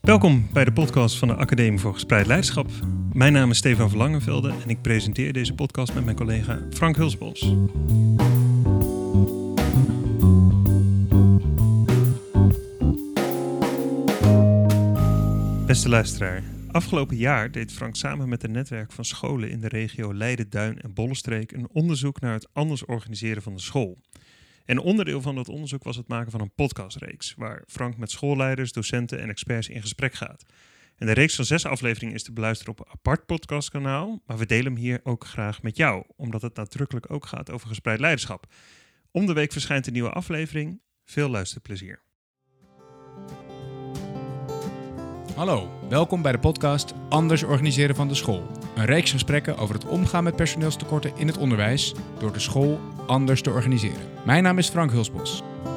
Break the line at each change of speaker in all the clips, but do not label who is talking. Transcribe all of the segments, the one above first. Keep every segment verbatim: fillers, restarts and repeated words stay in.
Welkom bij de podcast van de Academie voor Gespreid Leiderschap. Mijn naam is Stefan Verlangenvelde en ik presenteer deze podcast met mijn collega Frank Hulsbos. Beste luisteraar, afgelopen jaar deed Frank samen met een netwerk van scholen in de regio Leiden, Duin en Bollenstreek een onderzoek naar het anders organiseren van de school. En onderdeel van dat onderzoek was het maken van een podcastreeks, waar Frank met schoolleiders, docenten en experts in gesprek gaat. En de reeks van zes afleveringen is te beluisteren op een apart podcastkanaal, maar we delen hem hier ook graag met jou, omdat het nadrukkelijk ook gaat over gespreid leiderschap. Om de week verschijnt een nieuwe aflevering. Veel luisterplezier.
Hallo, welkom bij de podcast Anders organiseren van de school. Een reeks gesprekken over het omgaan met personeelstekorten in het onderwijs door de school anders te organiseren. Mijn naam is Frank Hulsbos.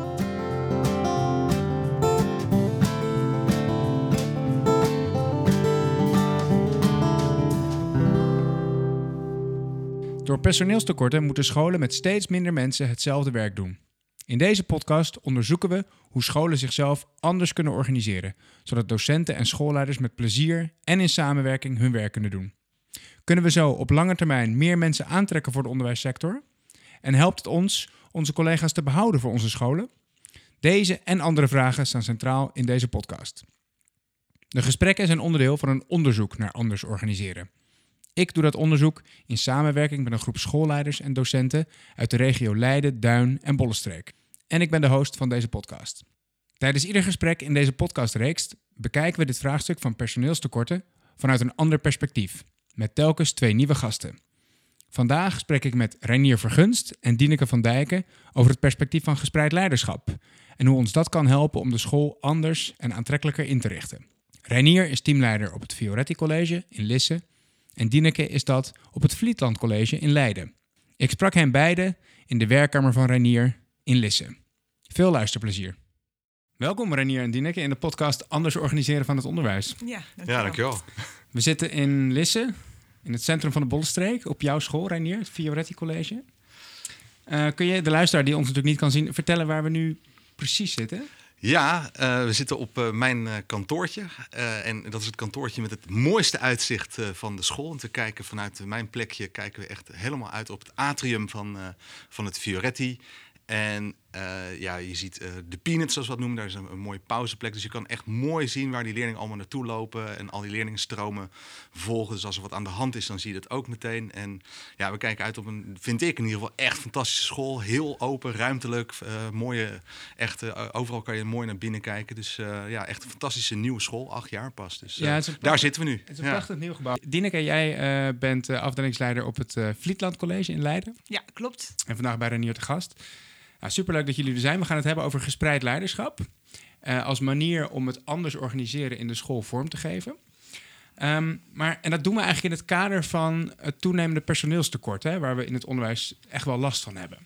Door personeelstekorten moeten scholen met steeds minder mensen hetzelfde werk doen. In deze podcast onderzoeken we hoe scholen zichzelf anders kunnen organiseren, zodat docenten en schoolleiders met plezier en in samenwerking hun werk kunnen doen. Kunnen we zo op lange termijn meer mensen aantrekken voor de onderwijssector? En helpt het ons onze collega's te behouden voor onze scholen? Deze en andere vragen staan centraal in deze podcast. De gesprekken zijn onderdeel van een onderzoek naar anders organiseren. Ik doe dat onderzoek in samenwerking met een groep schoolleiders en docenten uit de regio Leiden, Duin en Bollenstreek. En ik ben de host van deze podcast. Tijdens ieder gesprek in deze podcastreeks bekijken we dit vraagstuk van personeelstekorten vanuit een ander perspectief, met telkens twee nieuwe gasten. Vandaag spreek ik met Reinier Vergunst en Dineke van Dijken over het perspectief van gespreid leiderschap en hoe ons dat kan helpen om de school anders en aantrekkelijker in te richten. Reinier is teamleider op het Fioretti College in Lisse en Dineke is dat op het Vlietland College in Leiden. Ik sprak hen beiden in de werkkamer van Reinier in Lisse. Veel luisterplezier. Welkom Reinier en Dineke in de podcast Anders organiseren van het onderwijs.
Ja, dankjewel.
Ja, dankjewel.
We zitten in Lisse, in het centrum van de Bollenstreek, op jouw school, Reinier, het Fioretti College. Uh, kun je de luisteraar die ons natuurlijk niet kan zien vertellen waar we nu precies zitten?
Ja, uh, we zitten op uh, mijn uh, kantoortje. Uh, en dat is het kantoortje met het mooiste uitzicht uh, van de school. En te kijken vanuit uh, mijn plekje kijken we echt helemaal uit op het atrium van, uh, van het Fioretti. En uh, ja, je ziet uh, de Peanuts, zoals we dat noemen. Daar is een, een mooie pauzeplek. Dus je kan echt mooi zien waar die leerlingen allemaal naartoe lopen. En al die leerlingenstromen volgen. Dus als er wat aan de hand is, dan zie je dat ook meteen. En ja, we kijken uit op een, vind ik in ieder geval, echt fantastische school. Heel open, ruimtelijk. Uh, mooie, echt, uh, overal kan je mooi naar binnen kijken. Dus uh, ja, echt een fantastische nieuwe school. Acht jaar pas. Dus uh, ja, prachtig, daar zitten we nu.
Het is een
ja.
prachtig nieuw gebouw. Dineke, jij uh, bent uh, afdelingsleider op het uh, Vlietland College in Leiden.
Ja, klopt.
En vandaag bij Reinier te gast. Nou, superleuk dat jullie er zijn. We gaan het hebben over gespreid leiderschap. Uh, als manier om het anders organiseren in de school vorm te geven. Um, maar, en dat doen we eigenlijk in het kader van het toenemende personeelstekort, hè, waar we in het onderwijs echt wel last van hebben.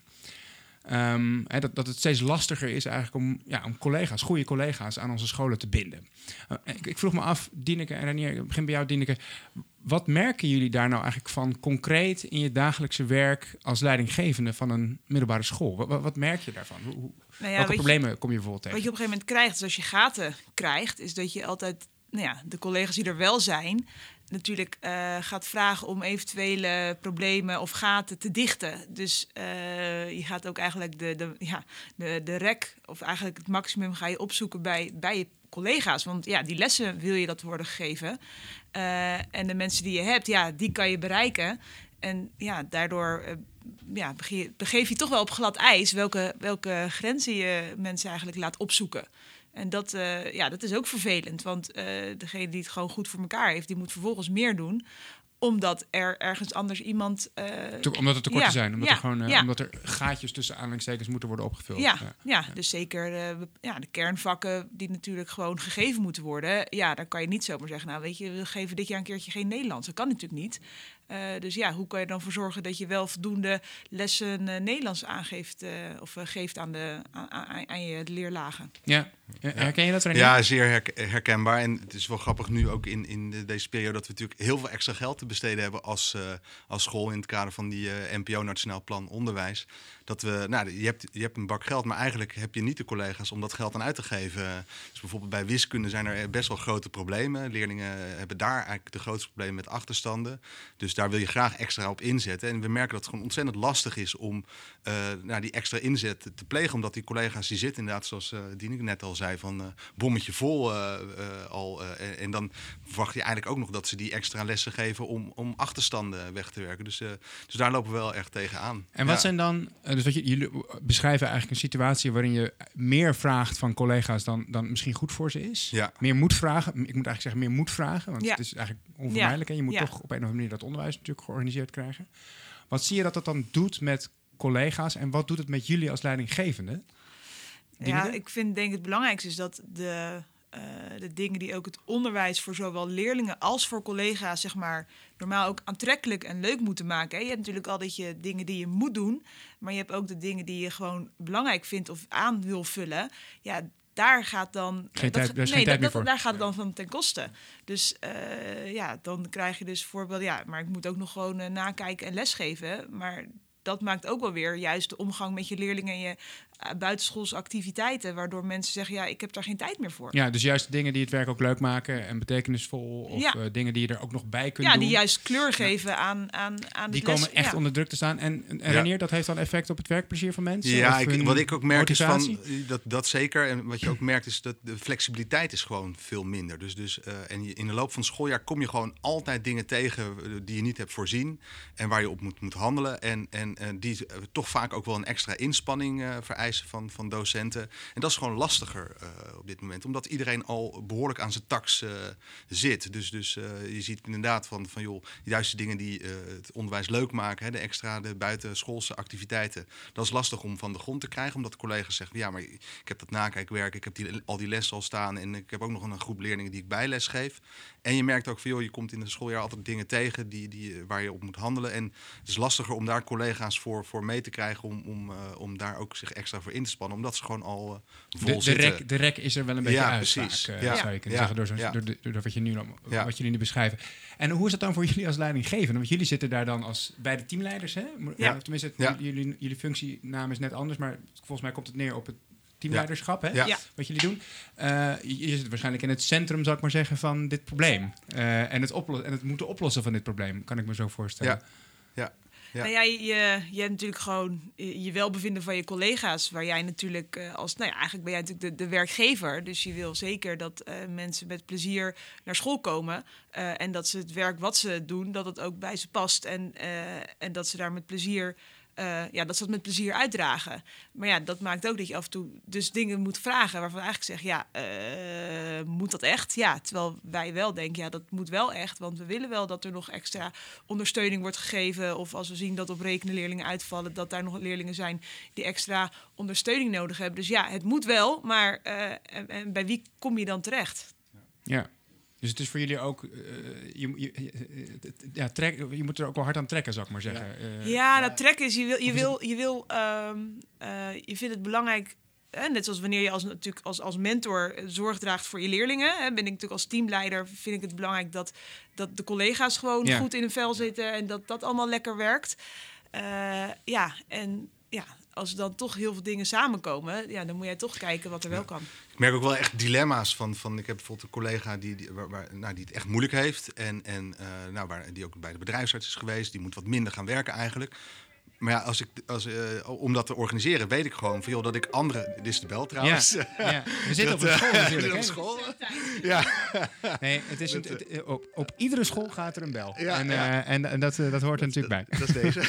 Um, hè, dat, dat het steeds lastiger is eigenlijk om, ja, om collega's, goede collega's aan onze scholen te binden. Uh, ik, ik vroeg me af, Dineke en Reinier, ik begin bij jou, Dineke. Wat merken jullie daar nou eigenlijk van concreet in je dagelijkse werk als leidinggevende van een middelbare school? Wat, wat merk je daarvan? Hoe, nou ja, welke problemen je, kom je bijvoorbeeld tegen?
Wat je op een gegeven moment krijgt, is als je gaten krijgt, is dat je altijd, nou ja, de collega's die er wel zijn, natuurlijk uh, gaat vragen om eventuele problemen of gaten te dichten. Dus uh, je gaat ook eigenlijk de, de, ja, de, de rek, of eigenlijk het maximum ga je opzoeken bij, bij je collega's. Want ja, die lessen wil je dat worden gegeven. Uh, en de mensen die je hebt, ja, die kan je bereiken. En ja, daardoor uh, ja, begeef, begeef je toch wel op glad ijs welke, welke grenzen je mensen eigenlijk laat opzoeken. En dat, uh, ja, dat is ook vervelend, want uh, degene die het gewoon goed voor elkaar heeft, die moet vervolgens meer doen, omdat er ergens anders iemand... Uh,
omdat er tekorten ja, zijn, omdat,
ja,
er gewoon, uh,
ja.
omdat er gaatjes tussen aanhalingstekens moeten worden opgevuld.
Ja,
ja,
ja, ja. Dus zeker uh, ja, de kernvakken die natuurlijk gewoon gegeven moeten worden. Ja, dan kan je niet zomaar zeggen, nou weet je, we geven dit jaar een keertje geen Nederlands. Dat kan natuurlijk niet. Uh, dus ja, hoe kan je dan voor zorgen dat je wel voldoende lessen uh, Nederlands aangeeft uh, of uh, geeft aan, de, aan, aan, aan je leerlagen?
Ja, herken je dat, René?
Ja, zeer her- herkenbaar. En het is wel grappig nu ook in, in de, deze periode dat we natuurlijk heel veel extra geld te besteden hebben als, uh, als school in het kader van die uh, N P O Nationaal Plan Onderwijs. Dat we, nou, je hebt, je hebt een bak geld, maar eigenlijk heb je niet de collega's om dat geld aan uit te geven. Dus bijvoorbeeld bij wiskunde zijn er best wel grote problemen. Leerlingen hebben daar eigenlijk de grootste problemen met achterstanden. Dus daar wil je graag extra op inzetten. En we merken dat het gewoon ontzettend lastig is om uh, nou, die extra inzet te plegen. Omdat die collega's die zitten inderdaad, zoals uh, Dieneke net al zei, van uh, bommetje vol uh, uh, al. Uh, en, en dan verwacht je eigenlijk ook nog dat ze die extra lessen geven om, om achterstanden weg te werken. Dus, uh, dus daar lopen we wel echt tegenaan.
En wat
ja.
zijn dan... Uh, dus wat je, jullie beschrijven eigenlijk een situatie waarin je meer vraagt van collega's dan, dan misschien goed voor ze is.
Ja.
Meer moet vragen. Ik moet eigenlijk zeggen meer moet vragen, want
ja.
het is eigenlijk onvermijdelijk.
Ja.
En je moet
ja.
toch op een of andere manier dat onderwijs natuurlijk georganiseerd krijgen. Wat zie je dat dat dan doet met collega's en wat doet het met jullie als leidinggevende?
Ja, ik vind denk het belangrijkste is dat de, uh, de dingen die ook het onderwijs voor zowel leerlingen als voor collega's zeg maar normaal ook aantrekkelijk en leuk moeten maken. Hè. Je hebt natuurlijk altijd je dingen die je moet doen, maar je hebt ook de dingen die je gewoon belangrijk vindt of aan wil vullen. Ja, daar gaat dan
geen
dat,
tijd, daar, is
nee,
geen tijd
dat,
meer voor.
daar gaat het dan van ten koste. Dus uh, ja, dan krijg je dus voorbeeld, ja, maar ik moet ook nog gewoon uh, nakijken en lesgeven. Maar dat maakt ook wel weer juist de omgang met je leerlingen en je uh, buitenschoolse activiteiten, waardoor mensen zeggen, ja, ik heb daar geen tijd meer voor.
Ja, dus juist dingen die het werk ook leuk maken en betekenisvol, of ja. uh, dingen die je er ook nog bij kunt
ja,
doen.
die juist kleur geven ja. aan, aan, aan
die
de les.
komen echt
ja.
onder druk te staan. En, en ja. Renier, dat heeft dan effect op het werkplezier van mensen?
Ja, ik, wat ik ook merk
motivatie?
is van, dat, dat zeker. En wat je ook merkt is dat de flexibiliteit is gewoon veel minder. Dus, dus, uh, en je, in de loop van het schooljaar kom je gewoon altijd dingen tegen die je niet hebt voorzien en waar je op moet, moet handelen. En, en uh, die uh, toch vaak ook wel een extra inspanning uh, vereisen van, van docenten. En dat is gewoon lastiger uh, op dit moment, omdat iedereen al behoorlijk aan zijn tax uh, zit. Dus, dus uh, je ziet inderdaad van, van joh, de juiste dingen die uh, het onderwijs leuk maken, hè, de extra, de buitenschoolse activiteiten, dat is lastig om van de grond te krijgen, omdat de collega's zeggen, ja, maar ik heb dat nakijkwerk, ik heb die, al die lessen al staan en ik heb ook nog een groep leerlingen die ik bijles geef. En je merkt ook van, joh, je komt in het schooljaar altijd dingen tegen die, die, waar je op moet handelen. En het is lastiger om daar collega's voor, voor mee te krijgen, om, om, uh, om daar ook zich extra voor in te spannen, omdat ze gewoon al uh, vol
de, de
zitten.
Rek, de rek is er wel een beetje
ja,
uit,
precies.
vaak, uh,
ja.
zou je kunnen
ja.
zeggen, door, zo,
ja.
door, de, door wat, je nu,
ja.
wat jullie nu beschrijven. En hoe is dat dan voor jullie als leidinggevende? Want jullie zitten daar dan als bij de teamleiders, hè? Ja. Tenminste, het, ja. jullie, jullie functienaam is net anders, maar volgens mij komt het neer op het teamleiderschap, hè?
Ja.
Ja.
Wat jullie doen. Uh, je, je zit waarschijnlijk in het centrum, zal ik maar zeggen, van dit probleem. Uh, en, het oplo- en het moeten oplossen van dit probleem, kan ik me zo voorstellen.
Ja. Ja.
Ja. Nou ja, je, je hebt natuurlijk gewoon je welbevinden van je collega's, waar jij natuurlijk uh, als, nou ja, eigenlijk ben jij natuurlijk de, de werkgever, dus je wil zeker dat uh, mensen met plezier naar school komen uh, en dat ze het werk wat ze doen, dat het ook bij ze past en, uh, en dat ze daar met plezier Uh, ja, dat ze dat met plezier uitdragen. Maar ja, dat maakt ook dat je af en toe dus dingen moet vragen waarvan eigenlijk zeg, ja, uh, moet dat echt? Ja, terwijl wij wel denken, ja, dat moet wel echt, want we willen wel dat er nog extra ondersteuning wordt gegeven, of als we zien dat op rekenen leerlingen uitvallen, dat daar nog leerlingen zijn die extra ondersteuning nodig hebben. Dus ja, het moet wel, maar uh, en, en bij wie kom je dan terecht?
Ja. Dus het is voor jullie ook, uh, je, je, ja, trek, je moet er ook wel hard aan trekken, zou ik maar zeggen.
Ja,
uh,
ja dat trekken is, je wil, je wil, je wil, um, uh, je vindt het belangrijk, hè, net zoals wanneer je als, natuurlijk als, als mentor zorg draagt voor je leerlingen, hè, ben ik natuurlijk als teamleider, vind ik het belangrijk dat, dat de collega's gewoon ja. goed in hun vel zitten en dat dat allemaal lekker werkt. Uh, ja, en ja, als er dan toch heel veel dingen samenkomen, ja, dan moet jij toch kijken wat er wel kan.
Ik merk ook wel echt dilemma's van, van ik heb bijvoorbeeld een collega die, die, waar, waar, nou, die het echt moeilijk heeft en, en uh, nou, waar, die ook bij de bedrijfsarts is geweest, die moet wat minder gaan werken eigenlijk. Maar ja, als ik, als, uh, om dat te organiseren, weet ik gewoon van, joh, dat ik andere... Dit is de bel trouwens.
Ja, ja. We zitten op een school natuurlijk.
Op school. Ja.
Nee, het is een, het, op, op iedere school gaat er een bel.
Ja,
en,
ja.
Uh, en, en dat, uh, dat hoort er natuurlijk bij.
Dat is deze.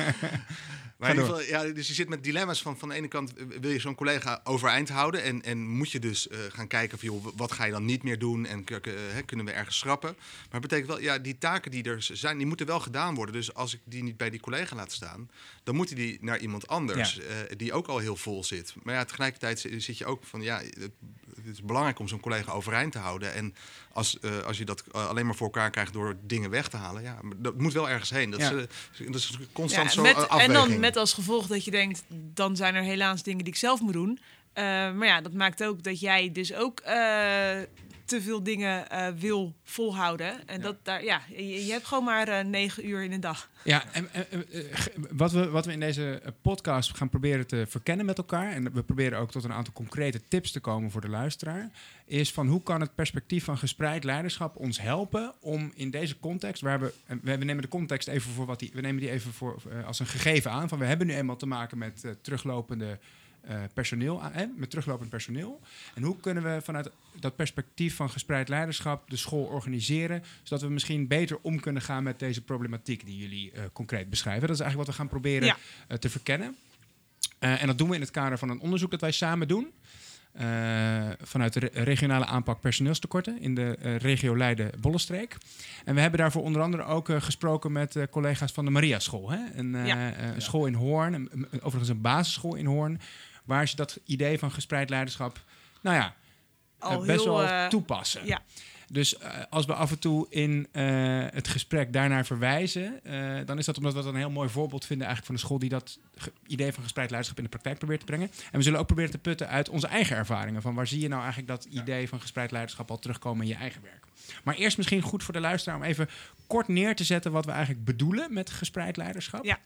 Maar in ieder geval, ja, dus je zit met dilemma's van, van de ene kant wil je zo'n collega overeind houden en, en moet je dus uh, gaan kijken van, joh, wat ga je dan niet meer doen en uh, kunnen we ergens schrappen. Maar het betekent wel, ja, die taken die er zijn, die moeten wel gedaan worden. Dus als ik die niet bij die collega laat staan, dan moeten die naar iemand anders, ja. uh, die ook al heel vol zit. Maar ja, tegelijkertijd zit je ook van, ja, het is belangrijk om zo'n collega overeind te houden. En als, uh, als je dat uh, alleen maar voor elkaar krijgt door dingen weg te halen, ja, dat moet wel ergens heen. Dat, ja. is, uh, dat is constant
ja,
zo
met,
afweging.
En dan met als gevolg dat je denkt, dan zijn er helaas dingen die ik zelf moet doen. Uh, maar ja, dat maakt ook dat jij dus ook uh, te veel dingen uh, wil volhouden. En ja. dat daar, ja, je, je hebt gewoon maar uh, negen uur in een dag.
Ja, en, en uh, wat, we, wat we in deze podcast gaan proberen te verkennen met elkaar, en we proberen ook tot een aantal concrete tips te komen voor de luisteraar, is van hoe kan het perspectief van gespreid leiderschap ons helpen om in deze context, waar we, we nemen de context even voor wat die, we nemen die even voor uh, als een gegeven aan, van we hebben nu eenmaal te maken met uh, teruglopende Uh, personeel, eh, met teruglopend personeel. En hoe kunnen we vanuit dat perspectief van gespreid leiderschap de school organiseren, zodat we misschien beter om kunnen gaan met deze problematiek die jullie uh, concreet beschrijven. Dat is eigenlijk wat we gaan proberen ja. uh, te verkennen. Uh, en dat doen we in het kader van een onderzoek dat wij samen doen. Uh, vanuit de re- regionale aanpak personeelstekorten in de uh, regio Leiden-Bollenstreek. En we hebben daarvoor onder andere ook uh, gesproken met uh, collega's van de Maria School. Hè? Een, uh, ja. uh, een school in Hoorn, een, een, overigens een basisschool in Hoorn, waar ze dat idee van gespreid leiderschap, nou ja, uh, best heel, wel uh, toepassen. Ja. Dus uh, als we af en toe in uh, het gesprek daarnaar verwijzen, uh, dan is dat omdat we dat een heel mooi voorbeeld vinden eigenlijk van een school die dat ge- idee van gespreid leiderschap in de praktijk probeert te brengen. En we zullen ook proberen te putten uit onze eigen ervaringen. Van waar zie je nou eigenlijk dat idee ja. van gespreid leiderschap al terugkomen in je eigen werk. Maar eerst misschien goed voor de luisteraar om even kort neer te zetten wat we eigenlijk bedoelen met gespreid leiderschap.
Ja.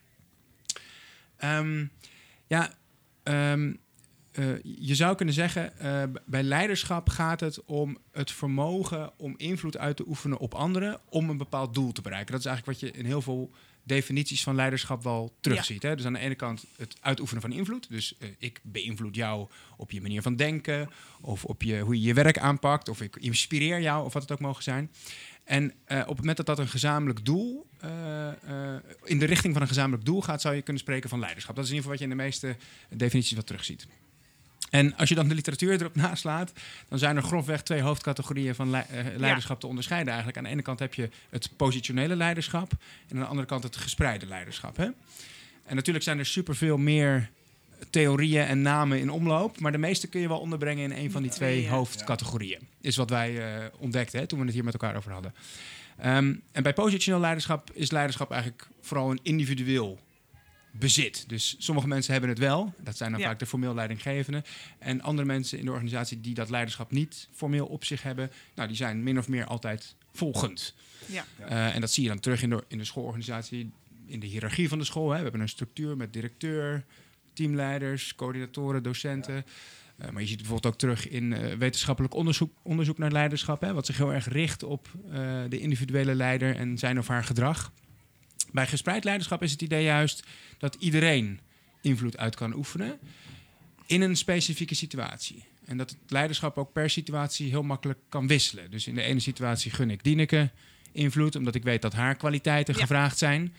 Um, ja, um, Uh, je zou kunnen zeggen, uh, bij leiderschap gaat het om het vermogen om invloed uit te oefenen op anderen om een bepaald doel te bereiken. Dat is eigenlijk wat je in heel veel definities van leiderschap wel terugziet. Ja. Hè? Dus aan de ene kant het uitoefenen van invloed. Dus uh, ik beïnvloed jou op je manier van denken, of op je, hoe je je werk aanpakt, of ik inspireer jou, of wat het ook mogen zijn. En uh, op het moment dat dat een gezamenlijk doel, uh, uh, in de richting van een gezamenlijk doel gaat, zou je kunnen spreken van leiderschap. Dat is in ieder geval wat je in de meeste definities wel terugziet. En als je dan de literatuur erop naslaat, dan zijn er grofweg twee hoofdcategorieën van le- uh, leiderschap ja. te onderscheiden eigenlijk. Aan de ene kant heb je het positionele leiderschap en aan de andere kant het gespreide leiderschap. Hè? En natuurlijk zijn er superveel meer theorieën en namen in omloop, maar de meeste kun je wel onderbrengen in een van die twee ja. hoofdcategorieën. Is wat wij uh, ontdekten hè, toen we het hier met elkaar over hadden. Um, en bij positioneel leiderschap is leiderschap eigenlijk vooral een individueel bezit. Dus sommige mensen hebben het wel. Dat zijn dan ja. vaak de formeel leidinggevenden. En andere mensen in de organisatie die dat leiderschap niet formeel op zich hebben, nou, die zijn min of meer altijd volgend. Ja. Uh, en dat zie je dan terug in de, in de schoolorganisatie, in de hiërarchie van de school. Hè. We hebben een structuur met directeur, teamleiders, coördinatoren, docenten. Ja. Uh, maar je ziet het bijvoorbeeld ook terug in uh, wetenschappelijk onderzoek, onderzoek naar leiderschap, hè, wat zich heel erg richt op uh, de individuele leider en zijn of haar gedrag. Bij gespreid leiderschap is het idee juist dat iedereen invloed uit kan oefenen in een specifieke situatie. En dat het leiderschap ook per situatie heel makkelijk kan wisselen. Dus in de ene situatie gun ik Dieneke invloed, omdat ik weet dat haar kwaliteiten ja. gevraagd zijn.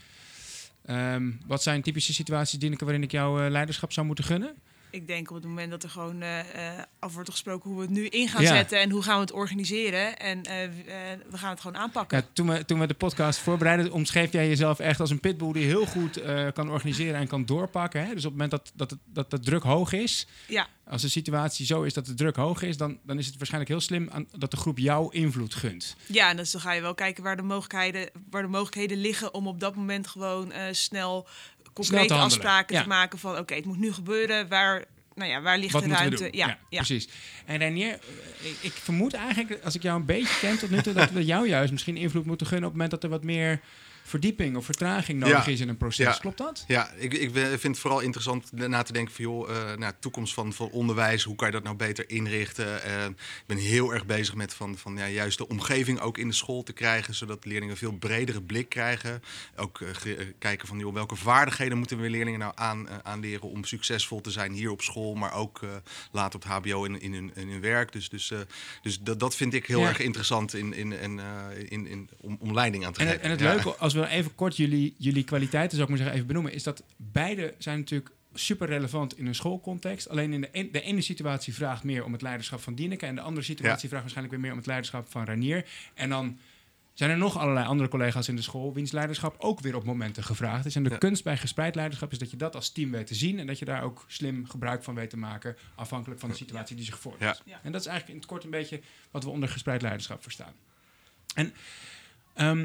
Um, wat zijn typische situaties, Dieneke, waarin ik jouw uh, leiderschap zou moeten gunnen?
Ik denk op het moment dat er gewoon uh, af wordt gesproken hoe we het nu in gaan ja. zetten en hoe gaan we het organiseren. En uh, uh, we gaan het gewoon aanpakken.
Ja, toen, we, toen we de podcast voorbereidden, omschreef jij jezelf echt als een pitbull die heel goed uh, kan organiseren en kan doorpakken. Hè? Dus op het moment dat, dat, het, dat de druk hoog is,
ja.
als de situatie zo is dat de druk hoog is, dan, dan is het waarschijnlijk heel slim aan, dat de groep jou invloed gunt.
Ja, en dus dan ga je wel kijken waar de mogelijkheden, waar de mogelijkheden liggen om op dat moment gewoon uh, snel concrete afspraken ja. te maken van oké, okay, het moet nu gebeuren, waar, nou ja, waar ligt
Wat
de ruimte?
Ja,
ja,
ja,
ja,
precies. En Reinier, ik, ik vermoed eigenlijk, als ik jou een beetje ken tot nu toe, dat we jou juist misschien invloed moeten gunnen op het moment dat er wat meer verdieping of vertraging nodig ja. is in een proces. Ja. Klopt dat?
Ja, ik, ik vind het vooral interessant na te denken van joh, uh, nou, toekomst van, van onderwijs, hoe kan je dat nou beter inrichten? Uh, ik ben heel erg bezig met van, van ja, juist de omgeving ook in de school te krijgen, zodat leerlingen een veel bredere blik krijgen. Ook uh, ge- kijken van joh, welke vaardigheden moeten we leerlingen nou aan, uh, aanleren om succesvol te zijn hier op school, maar ook uh, later op het H B O in, in, hun, in hun werk. Dus, dus, uh, dus dat, dat vind ik heel ja. erg interessant in, in, in, uh, in, in, om, om leiding aan te
en
geven.
Het, en het
ja.
leuke, als we even kort jullie, jullie kwaliteiten, zou ik maar zeggen, even benoemen, is dat beide zijn natuurlijk super relevant in een schoolcontext. Alleen in de, en, de ene situatie vraagt meer om het leiderschap van Dieneke en de andere situatie ja. vraagt waarschijnlijk weer meer om het leiderschap van Reinier. En dan Zijn er nog allerlei andere collega's in de school wiens leiderschap ook weer op momenten gevraagd is? En de
Ja.
kunst bij gespreid leiderschap is dat je dat als team weet te zien en dat je daar ook slim gebruik van weet te maken, afhankelijk van de situatie die zich voordoet.
Ja.
Ja.
En dat is eigenlijk in het kort een beetje wat we onder gespreid leiderschap verstaan. En um,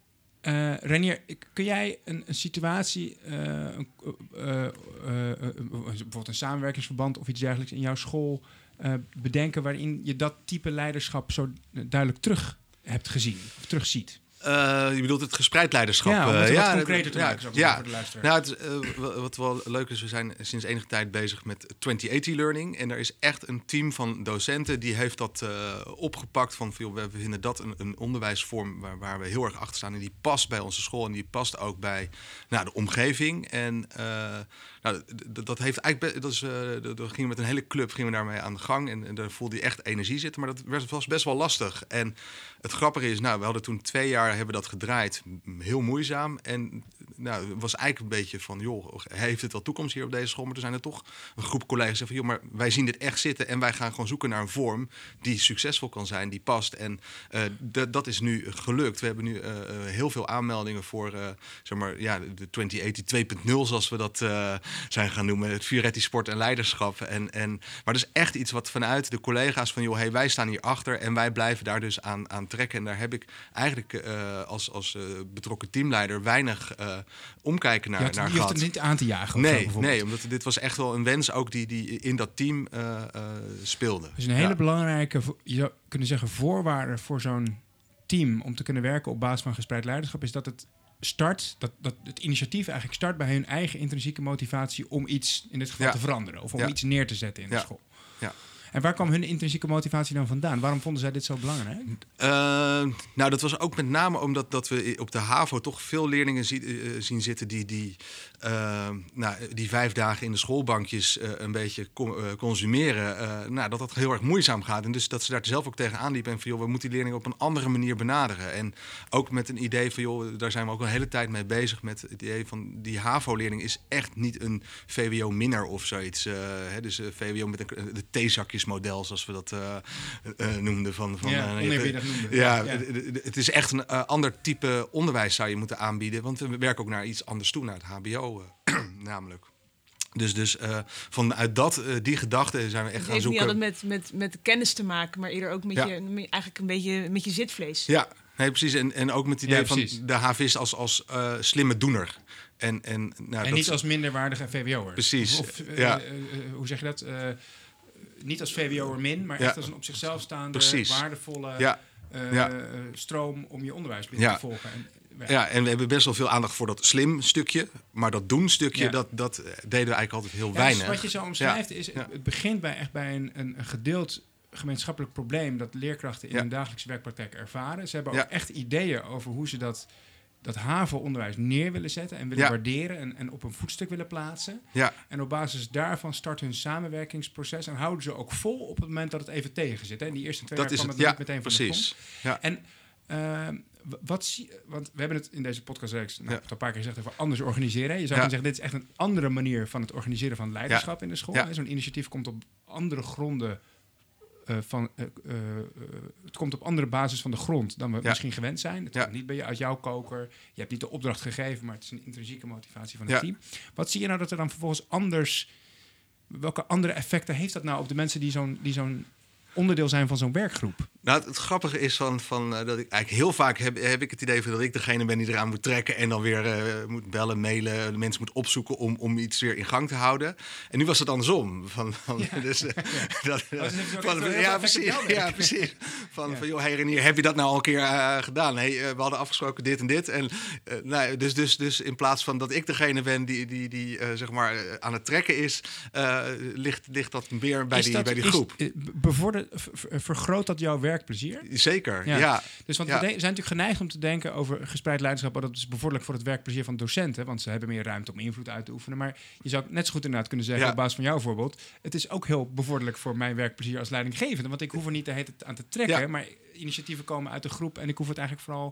uh, Renier, kun jij een, een situatie, uh, een, uh, uh, uh, uh, bijvoorbeeld een samenwerkingsverband of iets dergelijks in jouw school uh, bedenken waarin je dat type leiderschap zo duidelijk terug hebt gezien of terugziet?
Uh, je bedoelt het gespreid leiderschap?
Ja, om het
uh,
wat
ja,
concreter te
ja,
maken, zo
ja.
voor de luisteraar.
Nou, het, uh, wat wel leuk is, we zijn sinds enige tijd bezig met twintig achtzig Learning. En er is echt een team van docenten die heeft dat uh, opgepakt. Van, joh, we vinden dat een, een onderwijsvorm waar, waar we heel erg achter staan. En die past bij onze school en die past ook bij nou, de omgeving. En uh, nou, d- dat heeft eigenlijk... Dat is, uh, dat gingen we met een hele club gingen we daarmee aan de gang. En, en daar voelde je echt energie zitten. Maar dat was best wel lastig. En het grappige is, nou, we hadden toen twee jaar hebben dat gedraaid. Heel moeizaam. En nou, het was eigenlijk een beetje van, joh, heeft het wel toekomst hier op deze school? Maar er zijn er toch een groep collega's die zeggen van, joh, maar wij zien dit echt zitten. En wij gaan gewoon zoeken naar een vorm die succesvol kan zijn, die past. En uh, d- dat is nu gelukt. We hebben nu uh, heel veel aanmeldingen voor, uh, zeg maar, ja, de twintig achtzig twee punt nul, zoals we dat uh, zijn gaan noemen. Het Fioretti Sport en Leiderschap. En, en, maar dat is echt iets wat vanuit de collega's van, joh, hey, wij staan hier achter en wij blijven daar dus aan, aan trekken. En daar heb ik eigenlijk uh, als, als uh, betrokken teamleider weinig uh, omkijken naar,
je had,
naar
je
gehad.
hoeft het niet aan te jagen. Of
Nee,
zo,
nee, omdat dit was echt wel een wens ook die, die in dat team uh, uh, speelde.
Dus een hele
Ja.
belangrijke, vo- je zou kunnen zeggen, voorwaarde voor zo'n team om te kunnen werken op basis van gespreid leiderschap is dat het start, dat, dat het initiatief eigenlijk start bij hun eigen intrinsieke motivatie om iets in dit geval
Ja.
te veranderen of om
Ja.
iets neer te zetten in de
Ja.
school.
Ja.
En waar kwam hun intrinsieke motivatie dan vandaan? Waarom vonden zij dit zo belangrijk?
Uh, nou, dat was ook met name omdat dat we op de HAVO toch veel leerlingen zie, uh, zien zitten die, die, uh, nou, die vijf dagen in de schoolbankjes uh, een beetje co- uh, consumeren. Uh, nou, dat dat heel erg moeizaam gaat. En dus dat ze daar zelf ook tegenaan liepen. En van, joh, we moeten die leerlingen op een andere manier benaderen. En ook met een idee van, joh, daar zijn we ook een hele tijd mee bezig met het idee van die HAVO-leerling is echt niet een V W O-minner of zoiets. Uh, hè, dus uh, V W O met een, de theezakjesmodel, zoals we dat uh, uh, noemden. Van, van,
Ja,
uh,
oneerbiedig noemden.
Ja,
Ja.
het is echt een uh, ander type onderwijs zou je moeten aanbieden. Want we werken ook naar iets anders toe, naar het H B O uh, namelijk. Dus, dus uh, vanuit dat, uh, die gedachte zijn we echt
Het
gaan
heeft niet
zoeken.
altijd met, met, met kennis te maken, maar eerder ook met
Ja.
je, met- eigenlijk een beetje met je zitvlees.
Ja, nee, precies. En, en ook met het idee
Ja,
van
precies.
de havist als, als uh, slimme doener. En, en, nou,
En
dat
niet
is-
als minderwaardige V W O'er.
Precies,
Of, of, uh,
ja.
uh, uh, hoe zeg je dat? Uh, niet als V W O'er min, maar
Ja.
echt als een op zichzelf staande,
Precies.
waardevolle
Ja.
uh,
Ja.
uh, stroom om je onderwijs binnen
Ja.
te volgen. En, uh,
Ja, en we hebben best wel veel aandacht voor dat slim stukje. Maar dat doen stukje,
Ja.
dat, dat deden we eigenlijk altijd heel
Ja,
weinig.
dus wat je zo omschrijft
Ja.
is,
Ja.
het, het begint bij echt bij een, een, een gedeeld gemeenschappelijk probleem dat leerkrachten in
Ja.
hun dagelijkse werkpraktijk ervaren. Ze hebben
Ja.
ook echt ideeën over hoe ze dat, dat HAVO-onderwijs neer willen zetten en willen
Ja.
waarderen en, en op een voetstuk willen plaatsen.
Ja,
En op basis daarvan start hun samenwerkingsproces en houden ze ook vol op het moment dat het even tegen zit. Hè. In die eerste twee
dat
jaar
is
kwam
het.
het
Ja,
niet meteen van de grond.
precies. Ja.
En uh, wat zie, want we hebben het in deze podcastreeks nou,
Ja.
een paar keer gezegd over anders organiseren. Je zou
Ja.
kunnen zeggen, dit is echt een andere manier van het organiseren van leiderschap in de school.
Ja.
Hè. Zo'n initiatief komt op andere gronden uh, van, uh, uh, uh, het komt op andere basis van de grond dan we
Ja.
misschien gewend zijn. Het
Ja.
komt niet bij je uit jouw koker. Je hebt niet de opdracht gegeven, maar het is een intrinsieke motivatie van het
Ja.
team. Wat zie je nou dat er dan vervolgens anders, welke andere effecten heeft dat nou op de mensen die zo'n, die zo'n onderdeel zijn van zo'n werkgroep?
Nou, het, het grappige is van, van, uh, dat ik eigenlijk heel vaak heb, heb ik het idee van dat ik degene ben die eraan moet trekken en dan weer uh, moet bellen, mailen, de mensen moet opzoeken om, om iets weer in gang te houden. En nu was het andersom. Van, van,
Ja.
dus, uh, dat,
Oh, dus heeft het ook
van,
echt wel heel
ja,
veel effect op
precies,
jouw werk.
ja, precies. Van,
Ja.
van joh, hey Renier, heb je dat nou al een keer uh, gedaan? Nee, uh, we hadden afgesproken dit en dit. En, uh, nou, dus, dus, dus in plaats van dat ik degene ben die, die, die uh, zeg maar, uh, aan het trekken is, uh, ligt, ligt dat meer bij
Is
die,
dat-
bij die
is-
groep.
eh, bevordert, v- v- vergroot dat jouw werkplezier?
Zeker,
Ja.
ja.
Dus want
Ja.
we de- zijn natuurlijk geneigd om te denken over gespreid leiderschap, oh, dat is bevorderlijk voor het werkplezier van docenten, want ze hebben meer ruimte om invloed uit te oefenen. Maar je zou net zo goed inderdaad kunnen zeggen,
Ja.
op basis van jouw voorbeeld, het is ook heel bevorderlijk voor mijn werkplezier als leidinggevende, want ik hoef er niet de hele tijd aan te trekken,
Ja.
maar initiatieven komen uit de groep en ik hoef het eigenlijk vooral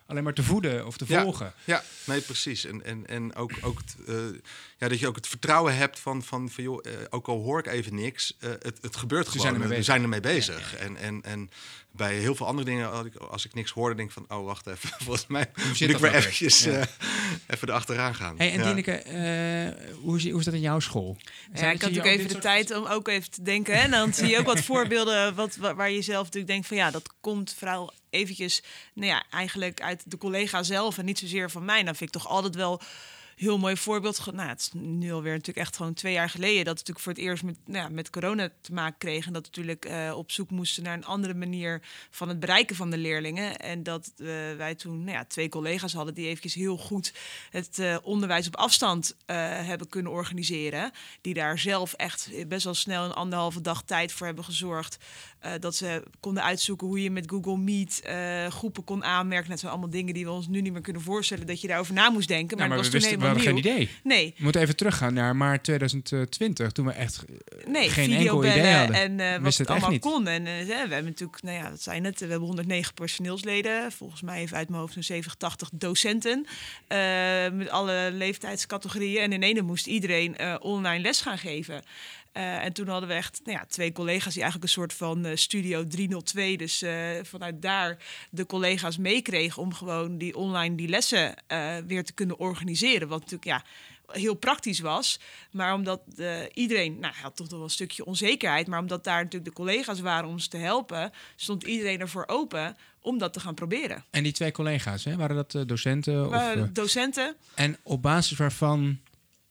alleen maar te voeden of te
Ja,
volgen.
Ja, nee, precies. En, en, en ook, ook het, uh, ja, dat je ook het vertrouwen hebt van, van, van joh, uh, ook al hoor ik even niks, uh, het, het gebeurt
Ze
gewoon.
zijn ermee
We
bezig.
zijn ermee bezig.
Ja, ja.
En, en, en bij heel veel andere dingen, als ik, als ik niks hoorde, denk ik van, oh, wacht even. Volgens mij
Hoe
moet
zit
ik
dat
weer
nou
eventjes
weer? Ja.
uh, even erachteraan gaan.
Hey, en
ja.
Dineke, uh, hoe, is, hoe is dat in jouw school?
Ja,
Zijn-
ik
zie
had
je
ook even
dit
de
soort-
tijd om ook even te denken. Hè? En dan zie je ook wat voorbeelden wat, wa- waar je zelf natuurlijk denkt van ja, dat komt vooral eventjes, nou ja, eigenlijk uit de collega zelf en niet zozeer van mij. Dan vind ik toch altijd wel heel mooi voorbeeld. Ge- Nou, het is nu alweer natuurlijk echt gewoon twee jaar geleden dat we natuurlijk voor het eerst met, nou ja, met corona te maken kregen. En dat we natuurlijk uh, op zoek moesten naar een andere manier van het bereiken van de leerlingen. En dat uh, wij toen nou ja, twee collega's hadden die eventjes heel goed het uh, onderwijs op afstand uh, hebben kunnen organiseren. Die daar zelf echt best wel snel een anderhalve dag tijd voor hebben gezorgd. Uh, dat ze konden uitzoeken hoe je met Google Meet uh, groepen kon aanmerken. Dat zijn allemaal dingen die we ons nu niet meer kunnen voorstellen dat je daarover na moest denken. Maar,
Ja, maar
dat
we
was
wisten,
toen
we
helemaal
hadden
nieuw.
geen idee.
Nee.
We moeten even teruggaan naar maart twintig twintig, toen we echt uh,
Nee,
geen enkel idee
videobellen
hadden.
en uh,
We
wat
wisten
het
het echt
allemaal
niet.
kon. En uh, we hebben natuurlijk, nou ja, dat zijn het. We hebben honderdnegen personeelsleden. Volgens mij even uit mijn hoofd zo'n zeventig, tachtig docenten. Uh, met alle leeftijdscategorieën. En in ene moest iedereen uh, online les gaan geven. Uh, en toen hadden we echt nou ja, twee collega's die eigenlijk een soort van uh, Studio driehonderdtwee, dus uh, vanuit daar de collega's meekregen om gewoon die online die lessen uh, weer te kunnen organiseren. Wat natuurlijk ja, heel praktisch was, maar omdat uh, iedereen, nou had toch wel een stukje onzekerheid, maar omdat daar natuurlijk de collega's waren om ons te helpen, stond iedereen ervoor open om dat te gaan proberen.
En die twee collega's, hè, waren dat uh, docenten? Of,
Uh,
uh,
docenten.
en op basis waarvan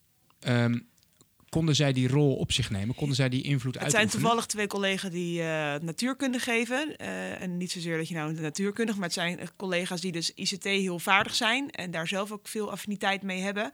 um, konden zij die rol op zich nemen? Konden zij die invloed
Het
uitoefenen?
zijn toevallig twee collega's die uh, natuurkunde geven. Uh, en niet zozeer dat je nou de natuurkundig, maar het zijn collega's die dus I C T heel vaardig zijn en daar zelf ook veel affiniteit mee hebben.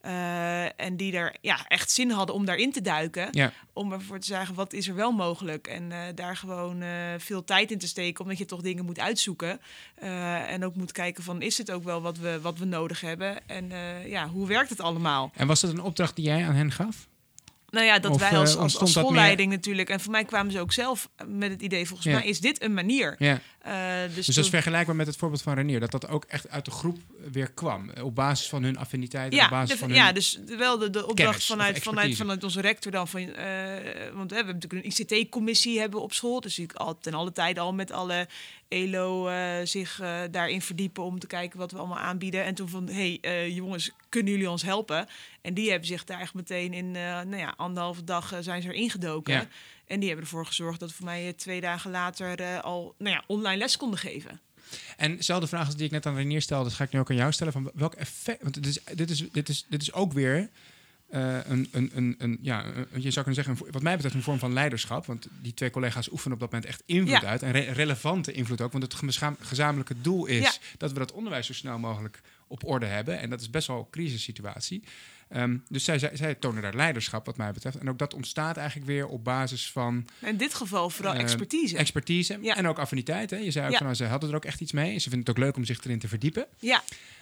Uh, en die er ja, echt zin hadden om daarin te duiken.
Ja.
Om ervoor te zeggen, wat is er wel mogelijk? En uh, daar gewoon uh, veel tijd in te steken, omdat je toch dingen moet uitzoeken. Uh, en ook moet kijken van, is het ook wel wat we, wat we nodig hebben? En uh, ja, hoe werkt het allemaal?
En was dat een opdracht die jij aan hen gaf?
Nou ja, dat
Of,
wij als,
uh,
als, als
ontstond dat
schoolleiding natuurlijk... En voor mij kwamen ze ook zelf met het idee... volgens
Ja.
mij is dit een manier.
Ja.
Uh, dus
Dus
toen-
dat is vergelijkbaar met het voorbeeld van Renier. Dat dat ook echt uit de groep weer kwam. Op basis van hun affiniteit. En
Ja,
op basis
de,
van hun...
ja, dus wel de, de opdracht
kennis of
vanuit,
expertise.
vanuit, vanuit onze rector dan. Van, uh, want we hebben natuurlijk een I C T-commissie hebben op school. Dus ik al ten alle tijde al met alle E L O uh, zich uh, daarin verdiepen om te kijken wat we allemaal aanbieden. En toen van, hé hey, uh, jongens, kunnen jullie ons helpen? En die hebben zich daar echt meteen in, uh, nou ja, anderhalve dag uh, zijn ze erin gedoken.
Ja.
En die hebben ervoor gezorgd dat voor mij uh, twee dagen later uh, al nou ja, online les konden geven.
En dezelfde vraag als die ik net aan Renier stelde, dat ga ik nu ook aan jou stellen. Van welk effect... Want dit is, dit is, dit is, dit is ook weer... Uh, een, een, een, een, ja, een, je zou kunnen zeggen, een, wat mij betreft een vorm van leiderschap. Want die twee collega's oefenen op dat moment echt invloed
Ja.
uit. En re- relevante invloed ook. Want het geza- gezamenlijke doel is
Ja.
dat we dat onderwijs zo snel mogelijk op orde hebben. En dat is best wel een crisissituatie. Um, dus zij, zij, zij tonen daar leiderschap wat mij betreft. En ook dat ontstaat eigenlijk weer op basis van...
In dit geval vooral
uh,
expertise.
Expertise
Ja.
en ook affiniteit. Hè. Je zei ook
Ja.
van, nou, ze hadden er ook echt iets mee. En ze vinden het ook leuk om zich erin te verdiepen.
Ja.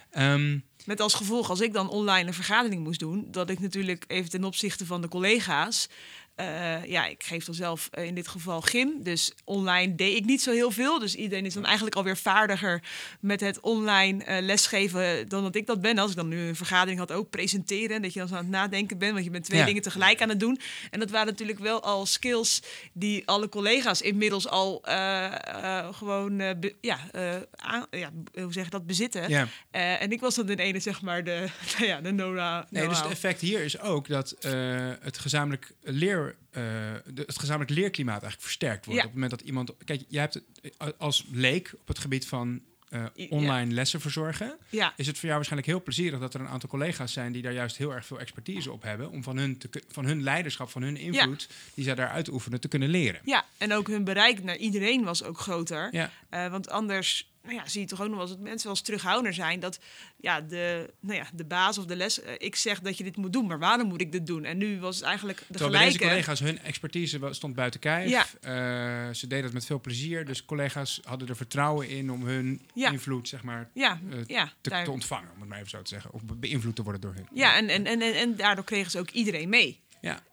Um,
Met als gevolg, als ik dan online een vergadering moest doen, dat ik natuurlijk even ten opzichte van de collega's, uh, ja, ik geef dan zelf uh, in dit geval gym, dus online deed ik niet zo heel veel. Dus iedereen is dan eigenlijk alweer vaardiger met het online uh, lesgeven dan dat ik dat ben. Als ik dan nu een vergadering had, ook presenteren, dat je dan zo aan het nadenken bent, want je bent twee
Ja.
dingen tegelijk aan het doen. En dat waren natuurlijk wel al skills die alle collega's inmiddels al uh, uh, gewoon, uh, be, ja, uh, aan, ja, hoe zeg je dat, bezitten.
ja.
Uh, en ik was dan in ene, zeg maar, de, nou ja, de Nora.
Nee, dus het effect hier is ook dat uh, het gezamenlijk leer, uh, de, het gezamenlijk leerklimaat eigenlijk versterkt wordt.
Ja.
Op het moment dat iemand, kijk, jij hebt het, als leek op het gebied van uh,
Ja.
online lessen verzorgen,
Ja,
is het voor jou waarschijnlijk heel plezierig dat er een aantal collega's zijn die daar juist heel erg veel expertise op hebben, om van hun, te, ku- van hun leiderschap, van hun invloed, die zij daar uitoefenen, te kunnen leren.
ja, en ook hun bereik naar iedereen was ook groter.
Ja.
Uh, want anders, nou ja, zie je toch ook nog wel eens dat mensen wel eens terughoudender zijn. Dat ja, de, nou ja, de baas of de les, uh, ik zeg dat je dit moet doen, maar waarom moet ik dit doen? En nu was het eigenlijk de
Terwijl bij deze
gelijke.
collega's hun expertise wa- stond buiten kijf.
Ja.
Uh, ze deden het met veel plezier. Dus collega's hadden er vertrouwen in om hun
Ja.
invloed, zeg maar,
Ja,
uh,
ja,
te,
daar-
te ontvangen, om het maar even zo te zeggen. Of be- beïnvloed te worden door hun.
ja en, en, en, en, en daardoor kregen ze ook iedereen mee.
Ja.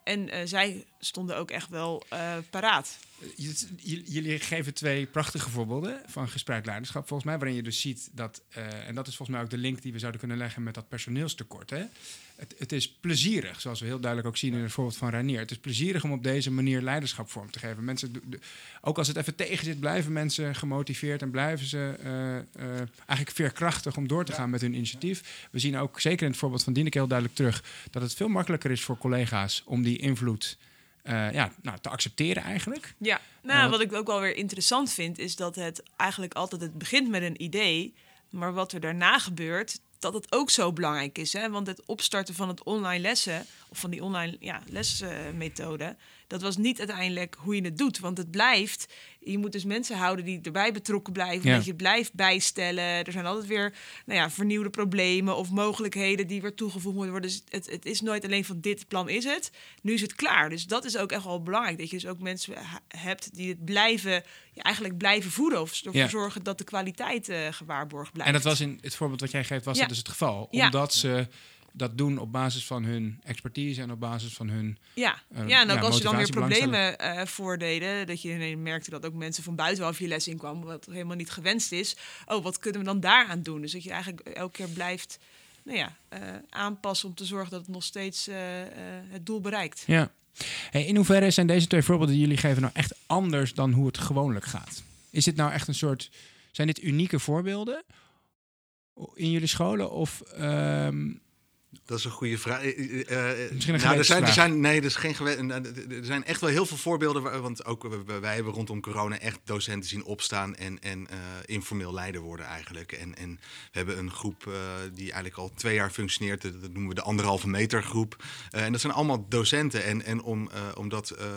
En uh, zij stonden ook echt wel uh, paraat.
J- j- jullie geven twee prachtige voorbeelden van gespreid leiderschap, volgens mij, waarin je dus ziet dat, uh, en dat is volgens mij ook de link die we zouden kunnen leggen met dat personeelstekort. Hè? Het, het is plezierig, zoals we heel duidelijk ook zien in het voorbeeld van Reinier. Het is plezierig om op deze manier leiderschap vorm te geven. Mensen, de, de, ook als het even tegen zit, blijven mensen gemotiveerd en blijven ze uh, uh, eigenlijk veerkrachtig om door te gaan met hun initiatief. We zien ook, zeker in het voorbeeld van Dineke heel duidelijk terug, dat het veel makkelijker is voor collega's om die invloed Uh, ja, nou, te accepteren eigenlijk.
Ja, nou,
uh,
wat ik ook wel weer interessant vind, is dat het eigenlijk altijd, het begint met een idee, maar wat er daarna gebeurt, dat het ook zo belangrijk is. Hè? Want het opstarten van het online lessen, of van die online ja, lesmethode, uh, dat was niet uiteindelijk hoe je het doet. Want het blijft, je moet dus mensen houden die erbij betrokken blijven,
ja.
dat je blijft bijstellen. Er zijn altijd weer nou ja, vernieuwde problemen of mogelijkheden die weer toegevoegd moeten worden. Dus het, het is nooit alleen van dit plan is het, nu is het klaar. Dus dat is ook echt wel belangrijk, dat je dus ook mensen ha- hebt die het blijven, ja, eigenlijk blijven voeden of ervoor ja. zorgen dat de kwaliteit uh, gewaarborgd blijft.
En dat was in het voorbeeld wat jij geeft, was ja. dat dus het geval.
Ja.
Omdat ze dat doen op basis van hun expertise en op basis van hun
Ja,
uh,
ja en ook
ja,
als je dan weer problemen uh, voordeden, dat je ineens merkte dat ook mensen van buitenaf je les inkwamen, wat helemaal niet gewenst is. Oh, wat kunnen we dan daaraan doen? Dus dat je eigenlijk elke keer blijft nou ja, uh, aanpassen om te zorgen dat het nog steeds uh, uh, het doel bereikt.
Ja. Hey, in hoeverre zijn deze twee voorbeelden die jullie geven nou echt anders dan hoe het gewoonlijk gaat? Is dit nou echt een soort, zijn dit unieke voorbeelden in jullie scholen of um,
dat is een goede vraag. Uh,
Misschien een
nou, er zijn, er
vraag.
zijn, nee, er, is geen gewe- er zijn echt wel heel veel voorbeelden. Want ook wij hebben rondom corona echt docenten zien opstaan en, en uh, informeel leider worden eigenlijk. En, en we hebben een groep uh, die eigenlijk al twee jaar functioneert. Dat noemen we de anderhalve meter groep. Uh, en dat zijn allemaal docenten. En, en om, uh, omdat uh, uh,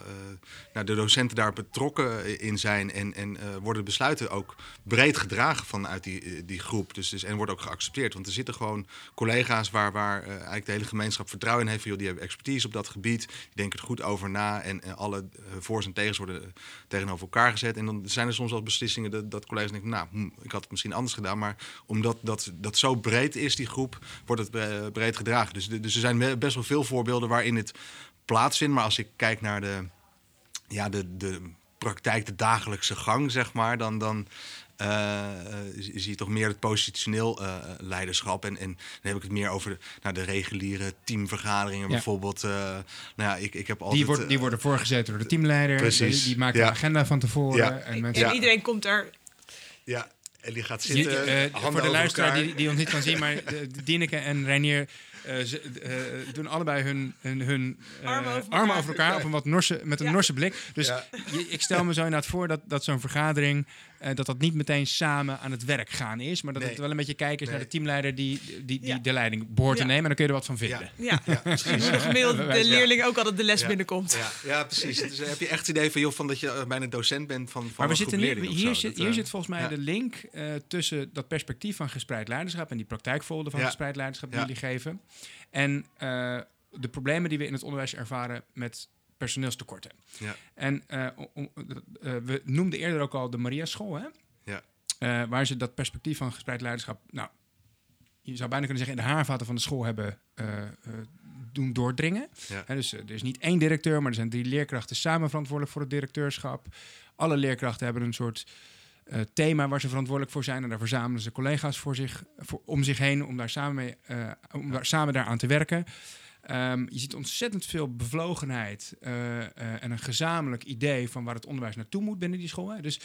nou, de docenten daar betrokken in zijn en, en uh, worden besluiten ook breed gedragen vanuit die, die groep. Dus, dus, en wordt ook geaccepteerd. Want er zitten gewoon collega's waar waar uh, eigenlijk de hele gemeenschap vertrouwen in heeft. Van, joh, die hebben expertise op dat gebied. Die denken er goed over na. En, en alle uh, voor's en tegens worden uh, tegenover elkaar gezet. En dan zijn er soms wel beslissingen dat, dat collega's denken, nou, hm, ik had het misschien anders gedaan. Maar omdat dat, dat zo breed is, die groep, wordt het uh, breed gedragen. Dus, dus er zijn best wel veel voorbeelden waarin het plaatsvindt. Maar als ik kijk naar de, ja, de, de praktijk, de dagelijkse gang, zeg maar, dan... dan Uh, uh, zie je toch meer het positioneel uh, leiderschap. En, en dan heb ik het meer over de, nou, de reguliere teamvergaderingen ja. bijvoorbeeld. Uh, nou ja, ik, ik heb altijd,
die, wordt, die worden voorgezeten door de teamleider.
Precies.
Die, die maken
ja.
de agenda van tevoren.
Ja.
En, mensen...
en iedereen komt er...
Ja, en die gaat zitten.
Je, uh, voor de luisteraar die, die ons niet kan zien, maar de, de Dineke en Reinier uh, ze, uh, doen allebei hun, hun, hun uh,
armen, over
armen over elkaar op een wat norse, met een ja. norse blik. Dus ja. je, ik stel me zo inderdaad voor dat, dat zo'n vergadering, uh, dat dat niet meteen samen aan het werk gaan is, maar dat nee. het wel een beetje kijken is nee. naar de teamleider die, die, die, die ja. de leiding behoort ja. te nemen. En dan kun je er wat van vinden.
Ja, ja. ja precies. De gemiddelde de leerling ook altijd de les ja. binnenkomt.
Ja, ja precies. Dus heb je echt het idee van, joh, van dat je bijna docent bent van, van
maar we
een
zitten
groep leerlingen.
Hier, zit,
dat,
hier zit volgens mij
ja.
de link uh, tussen dat perspectief van gespreid leiderschap en die praktijkvolden van ja. gespreid leiderschap die ja. jullie geven. En uh, de problemen die we in het onderwijs ervaren met personeelstekorten.
Ja.
En uh, om, uh, we noemden eerder ook al de Maria School, hè?
Ja.
Uh, waar ze dat perspectief van gespreid leiderschap, nou, je zou bijna kunnen zeggen, in de haarvaten van de school hebben uh, uh, doen doordringen.
Ja.
He, dus uh, er is niet één directeur, maar er zijn drie leerkrachten samen verantwoordelijk voor het directeurschap. Alle leerkrachten hebben een soort uh, thema waar ze verantwoordelijk voor zijn. En daar verzamelen ze collega's voor zich, voor, om zich heen om daar samen, mee, uh, om daar, samen daaraan te werken. Um, je ziet ontzettend veel bevlogenheid uh, uh, en een gezamenlijk idee van waar het onderwijs naartoe moet binnen die school. Hè. Dus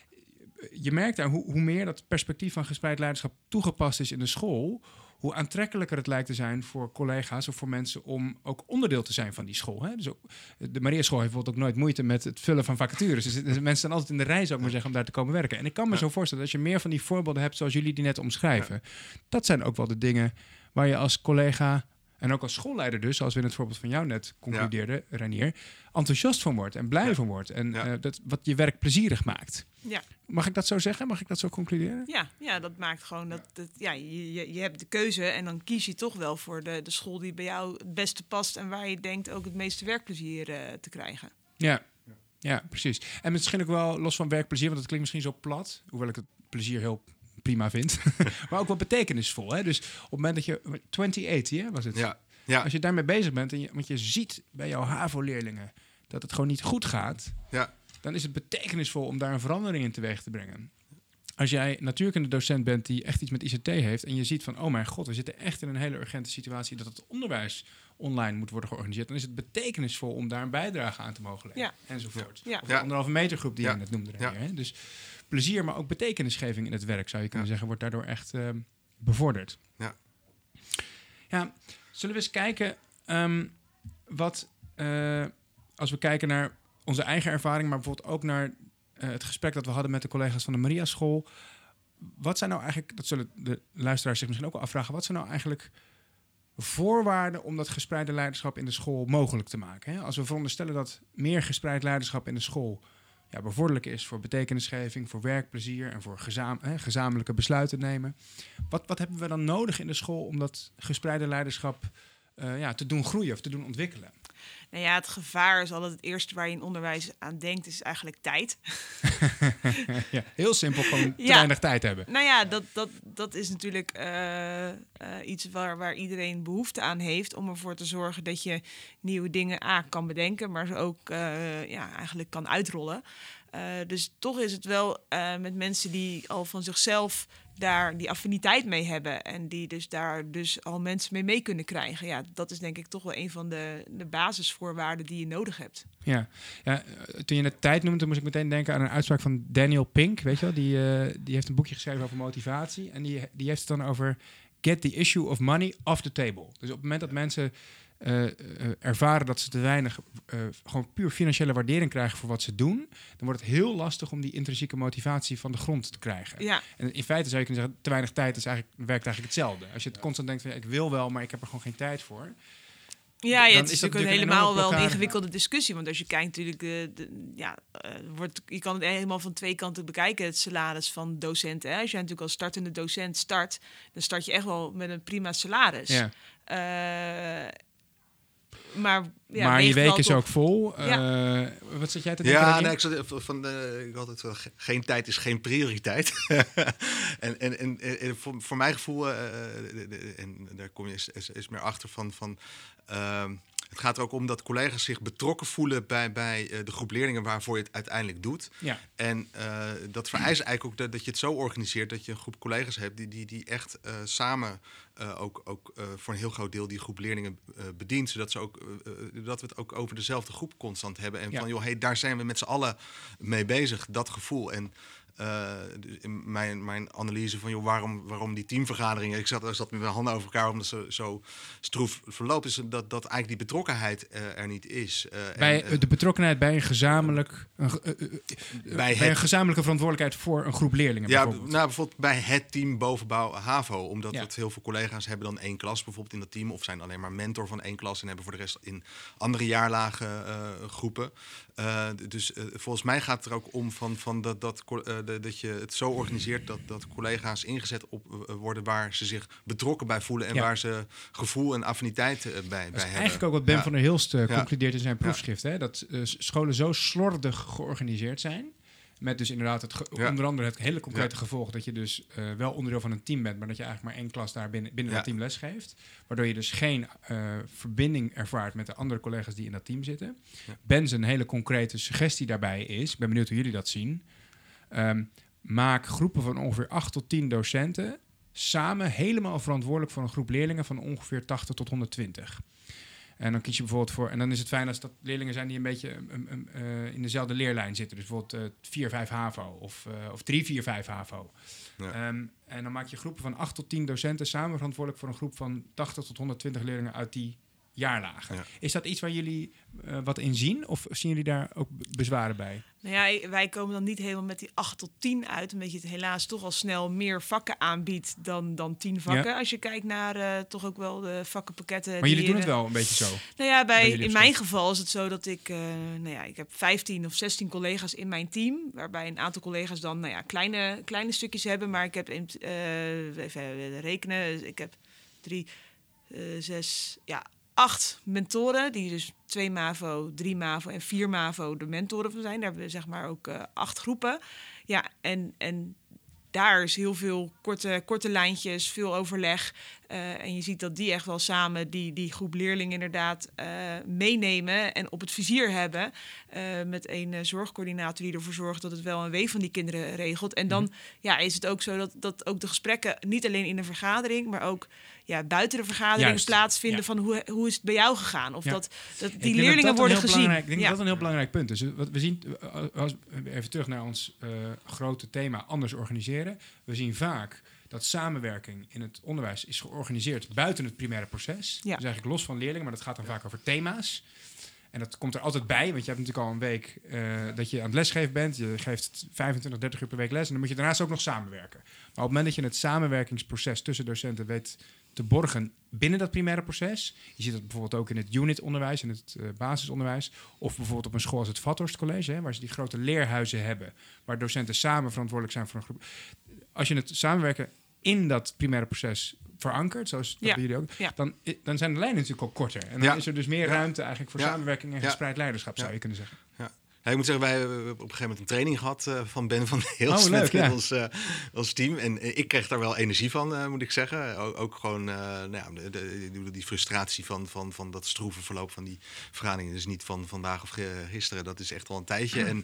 je merkt daar hoe, hoe meer dat perspectief van gespreid leiderschap toegepast is in de school, hoe aantrekkelijker het lijkt te zijn voor collega's of voor mensen om ook onderdeel te zijn van die school. Hè? Dus ook, de Maria School heeft bijvoorbeeld ook nooit moeite met het vullen van vacatures. Dus mensen staan altijd in de rij, zou ik maar zeggen, om daar te komen werken. En ik kan me ja. zo voorstellen, als je meer van die voorbeelden hebt zoals jullie die net omschrijven, ja. dat zijn ook wel de dingen waar je als collega en ook als schoolleider dus, zoals we in het voorbeeld van jou net concludeerden, ja. Reinier, enthousiast van wordt en blij ja. van wordt. En ja. uh, dat, wat je werk plezierig maakt.
Ja.
Mag ik dat zo zeggen? Mag ik dat zo concluderen?
Ja, ja dat maakt gewoon dat, dat ja, je, je hebt de keuze en dan kies je toch wel voor de, de school die bij jou het beste past en waar je denkt ook het meeste werkplezier uh, te krijgen.
Ja. ja, precies. En misschien ook wel los van werkplezier, want het klinkt misschien zo plat, hoewel ik het plezier heel prima vind, maar ook wel betekenisvol. Hè? Dus op het moment dat je tweeëntwintig, hè, was het?
Ja. Ja.
Als je daarmee bezig bent, en je, want je ziet bij jouw HAVO-leerlingen dat het gewoon niet goed gaat,
Ja.
dan is het betekenisvol om daar een verandering in teweeg te brengen. Als jij natuurkunde docent bent die echt iets met I C T heeft en je ziet van, oh mijn god, we zitten echt in een hele urgente situatie dat het onderwijs online moet worden georganiseerd, dan is het betekenisvol om daar een bijdrage aan te mogen leveren.
Ja.
Enzovoort.
Ja.
Of de
Ja.
anderhalve meter groep die
Ja.
je net noemde.
Ja.
Hier, hè? Dus plezier, maar ook betekenisgeving in het werk, zou je kunnen zeggen, wordt daardoor echt uh, bevorderd.
Ja.
Ja, zullen we eens kijken um, wat, uh, als we kijken naar onze eigen ervaring, maar bijvoorbeeld ook naar uh, het gesprek dat we hadden met de collega's van de Maria School. Wat zijn nou eigenlijk, dat zullen de luisteraars zich misschien ook wel afvragen, wat zijn nou eigenlijk voorwaarden om dat gespreide leiderschap in de school mogelijk te maken? Hè? Als we veronderstellen dat meer gespreid leiderschap in de school ja, bevorderlijk is voor betekenisgeving, voor werkplezier en voor gezaam, hè, gezamenlijke besluiten nemen. Wat, wat hebben we dan nodig in de school om dat gespreide leiderschap uh, ja, te doen groeien of te doen ontwikkelen?
Nou ja, het gevaar is altijd het eerste waar je in onderwijs aan denkt, is eigenlijk tijd.
Ja, heel simpel, gewoon te
Ja.
weinig tijd hebben.
Nou ja, dat, dat, dat is natuurlijk uh, uh, iets waar, waar iedereen behoefte aan heeft om ervoor te zorgen dat je nieuwe dingen A, kan bedenken, maar ze ook uh, ja, eigenlijk kan uitrollen. Uh, dus toch is het wel uh, met mensen die al van zichzelf daar die affiniteit mee hebben en die dus daar dus al mensen mee mee kunnen krijgen. Ja, dat is denk ik toch wel een van de, de basisvoorwaarden die je nodig hebt.
Ja. ja, toen je net tijd noemde, moest ik meteen denken aan een uitspraak van Daniel Pink, weet je wel? Die, uh, die heeft een boekje geschreven over motivatie en die, die heeft het dan over get the issue of money off the table. Dus op het moment dat mensen Uh, uh, ervaren dat ze te weinig uh, gewoon puur financiële waardering krijgen voor wat ze doen, dan wordt het heel lastig om die intrinsieke motivatie van de grond te krijgen.
Ja.
En in feite zou je kunnen zeggen, te weinig tijd is eigenlijk, werkt eigenlijk hetzelfde. Als je het constant denkt van ja, ik wil wel, maar ik heb er gewoon geen tijd voor.
Ja, ja,
Dan
het is,
is dat
natuurlijk
natuurlijk
helemaal
een
wel een
blokkade.
ingewikkelde discussie. Want als je kijkt natuurlijk, de, de, ja, uh, wordt, je kan het helemaal van twee kanten bekijken, het salaris van docenten. Hè. Als jij natuurlijk als startende docent start, dan start je echt wel met een prima salaris.
Ja.
Uh, Maar, ja,
maar je week is
op.
ook vol.
Ja.
Uh, wat zat jij te denken?
Ja, nee, ik, zat, van de, ik had het wel, geen tijd is geen prioriteit. en, en, en, en voor, voor mijn gevoel, uh, de, de, en daar kom je is, is, is meer achter van... van uh, het gaat er ook om dat collega's zich betrokken voelen bij, bij uh, de groep leerlingen waarvoor je het uiteindelijk doet.
Ja.
En uh, dat vereist eigenlijk ook dat, dat je het zo organiseert dat je een groep collega's hebt die, die, die echt uh, samen uh, ook, ook uh, voor een heel groot deel die groep leerlingen uh, bedient. Zodat ze ook, uh, dat we het ook over dezelfde groep constant hebben. En
ja.
van, joh, hey, daar zijn we met z'n allen mee bezig, dat gevoel. En Uh, mijn, mijn analyse van joh, waarom, waarom die teamvergaderingen, ik zat, zat met mijn handen over elkaar omdat ze zo stroef verloopt, is dat, dat eigenlijk die betrokkenheid uh, er niet is. Uh,
bij
en, uh,
de betrokkenheid bij een gezamenlijk een, uh, uh, uh, bij, bij het, een gezamenlijke verantwoordelijkheid voor een groep leerlingen.
Ja,
bijvoorbeeld.
Nou, bijvoorbeeld bij het team bovenbouw HAVO, omdat
ja.
het heel veel collega's hebben dan één klas bijvoorbeeld in dat team, of zijn alleen maar mentor van één klas en hebben voor de rest in andere jaarlagen uh, groepen. Uh, dus uh, volgens mij gaat het er ook om van, van dat, dat, uh, de, dat je het zo organiseert dat, dat collega's ingezet op, uh, worden waar ze zich betrokken bij voelen en ja. waar ze gevoel en affiniteit uh, bij, bij hebben.
Eigenlijk ook wat Ben
ja.
van der Hilst uh,
ja.
concludeert in zijn proefschrift. Hè? Dat uh, scholen zo slordig georganiseerd zijn. Met dus inderdaad het ge-
ja.
onder andere het hele concrete
ja.
gevolg dat je dus uh, wel onderdeel van een team bent, maar dat je eigenlijk maar één klas daar binnen, binnen
ja.
dat team lesgeeft. Waardoor je dus geen uh, verbinding ervaart met de andere collega's die in dat team zitten. Ja. Ben zijn hele concrete suggestie daarbij is, ik ben benieuwd hoe jullie dat zien, um, maak groepen van ongeveer acht tot tien docenten samen helemaal verantwoordelijk voor een groep leerlingen van ongeveer tachtig tot honderdtwintig. En dan kies je bijvoorbeeld voor... En dan is het fijn als dat leerlingen zijn die een beetje um, um, uh, in dezelfde leerlijn zitten. Dus bijvoorbeeld uh, vier vijf HAVO of, uh, of drie vier vijf HAVO. Ja. Um, en dan maak je groepen van acht tot tien docenten samen verantwoordelijk voor een groep van tachtig tot honderdtwintig leerlingen uit die jaarlagen. Ja. Is dat iets waar jullie uh, wat in zien? Of zien jullie daar ook bezwaren bij?
Nou ja, wij komen dan niet helemaal met die acht tot tien uit, omdat je het helaas toch al snel meer vakken aanbiedt dan, dan tien vakken. Ja. Als je kijkt naar uh, toch ook wel de vakkenpakketten.
Maar
die
jullie doen
de,
het wel een beetje zo?
Nou ja, bij, bij in mijn geval is het zo dat ik, uh, nou ja, ik heb vijftien of zestien collega's in mijn team, waarbij een aantal collega's dan, nou ja, kleine, kleine stukjes hebben, maar ik heb uh, even rekenen, ik heb drie, uh, zes, ja. acht mentoren, die dus twee MAVO, drie MAVO en vier MAVO de mentoren van zijn. Daar hebben we zeg maar ook uh, acht groepen. Ja, en, en daar is heel veel korte, korte lijntjes, veel overleg. Uh, en je ziet dat die echt wel samen die, die groep leerlingen inderdaad uh, meenemen en op het vizier hebben. Uh, met een uh, zorgcoördinator die ervoor zorgt dat het wel en wee van die kinderen regelt. En dan mm-hmm. ja, is het ook zo dat, dat ook de gesprekken niet alleen in de vergadering, maar ook ja, buiten de vergadering Juist. plaatsvinden ja. van hoe, hoe is het bij jou gegaan? Of ja. dat, dat die leerlingen dat dat worden gezien.
Ik denk ja. dat dat een heel belangrijk punt is. Wat we zien, als we even terug naar ons uh, grote thema anders organiseren. We zien vaak dat samenwerking in het onderwijs is georganiseerd buiten het primaire proces. Ja. Dus eigenlijk los van leerlingen, maar dat gaat dan vaak over thema's. En dat komt er altijd bij, want je hebt natuurlijk al een week uh, dat je aan het lesgeven bent. Je geeft vijfentwintig, dertig uur per week les en dan moet je daarnaast ook nog samenwerken. Maar op het moment dat je het samenwerkingsproces tussen docenten weet te borgen binnen dat primaire proces. Je ziet dat bijvoorbeeld ook in het unitonderwijs, in het uh, basisonderwijs. Of bijvoorbeeld op een school als het Vathorst College, hè, waar ze die grote leerhuizen hebben, waar docenten samen verantwoordelijk zijn voor een groep. Als je het samenwerken in dat primaire proces verankerd, zoals dat ja. bij jullie ook, ja. dan, dan zijn de lijnen natuurlijk ook korter. En dan ja. is er dus meer ja. ruimte eigenlijk voor ja. samenwerking en gespreid ja. leiderschap, zou je kunnen zeggen.
Ja. Ja, ik moet zeggen, wij hebben op een gegeven moment een training gehad uh, van Ben van Heels oh, met ja. ons, uh, ons team. En uh, ik kreeg daar wel energie van, uh, moet ik zeggen. O- ook gewoon uh, nou ja, de, de, die frustratie van, van, van dat stroeve verloop van die vergadering. Dus niet van vandaag of gisteren, dat is echt wel een tijdje. En,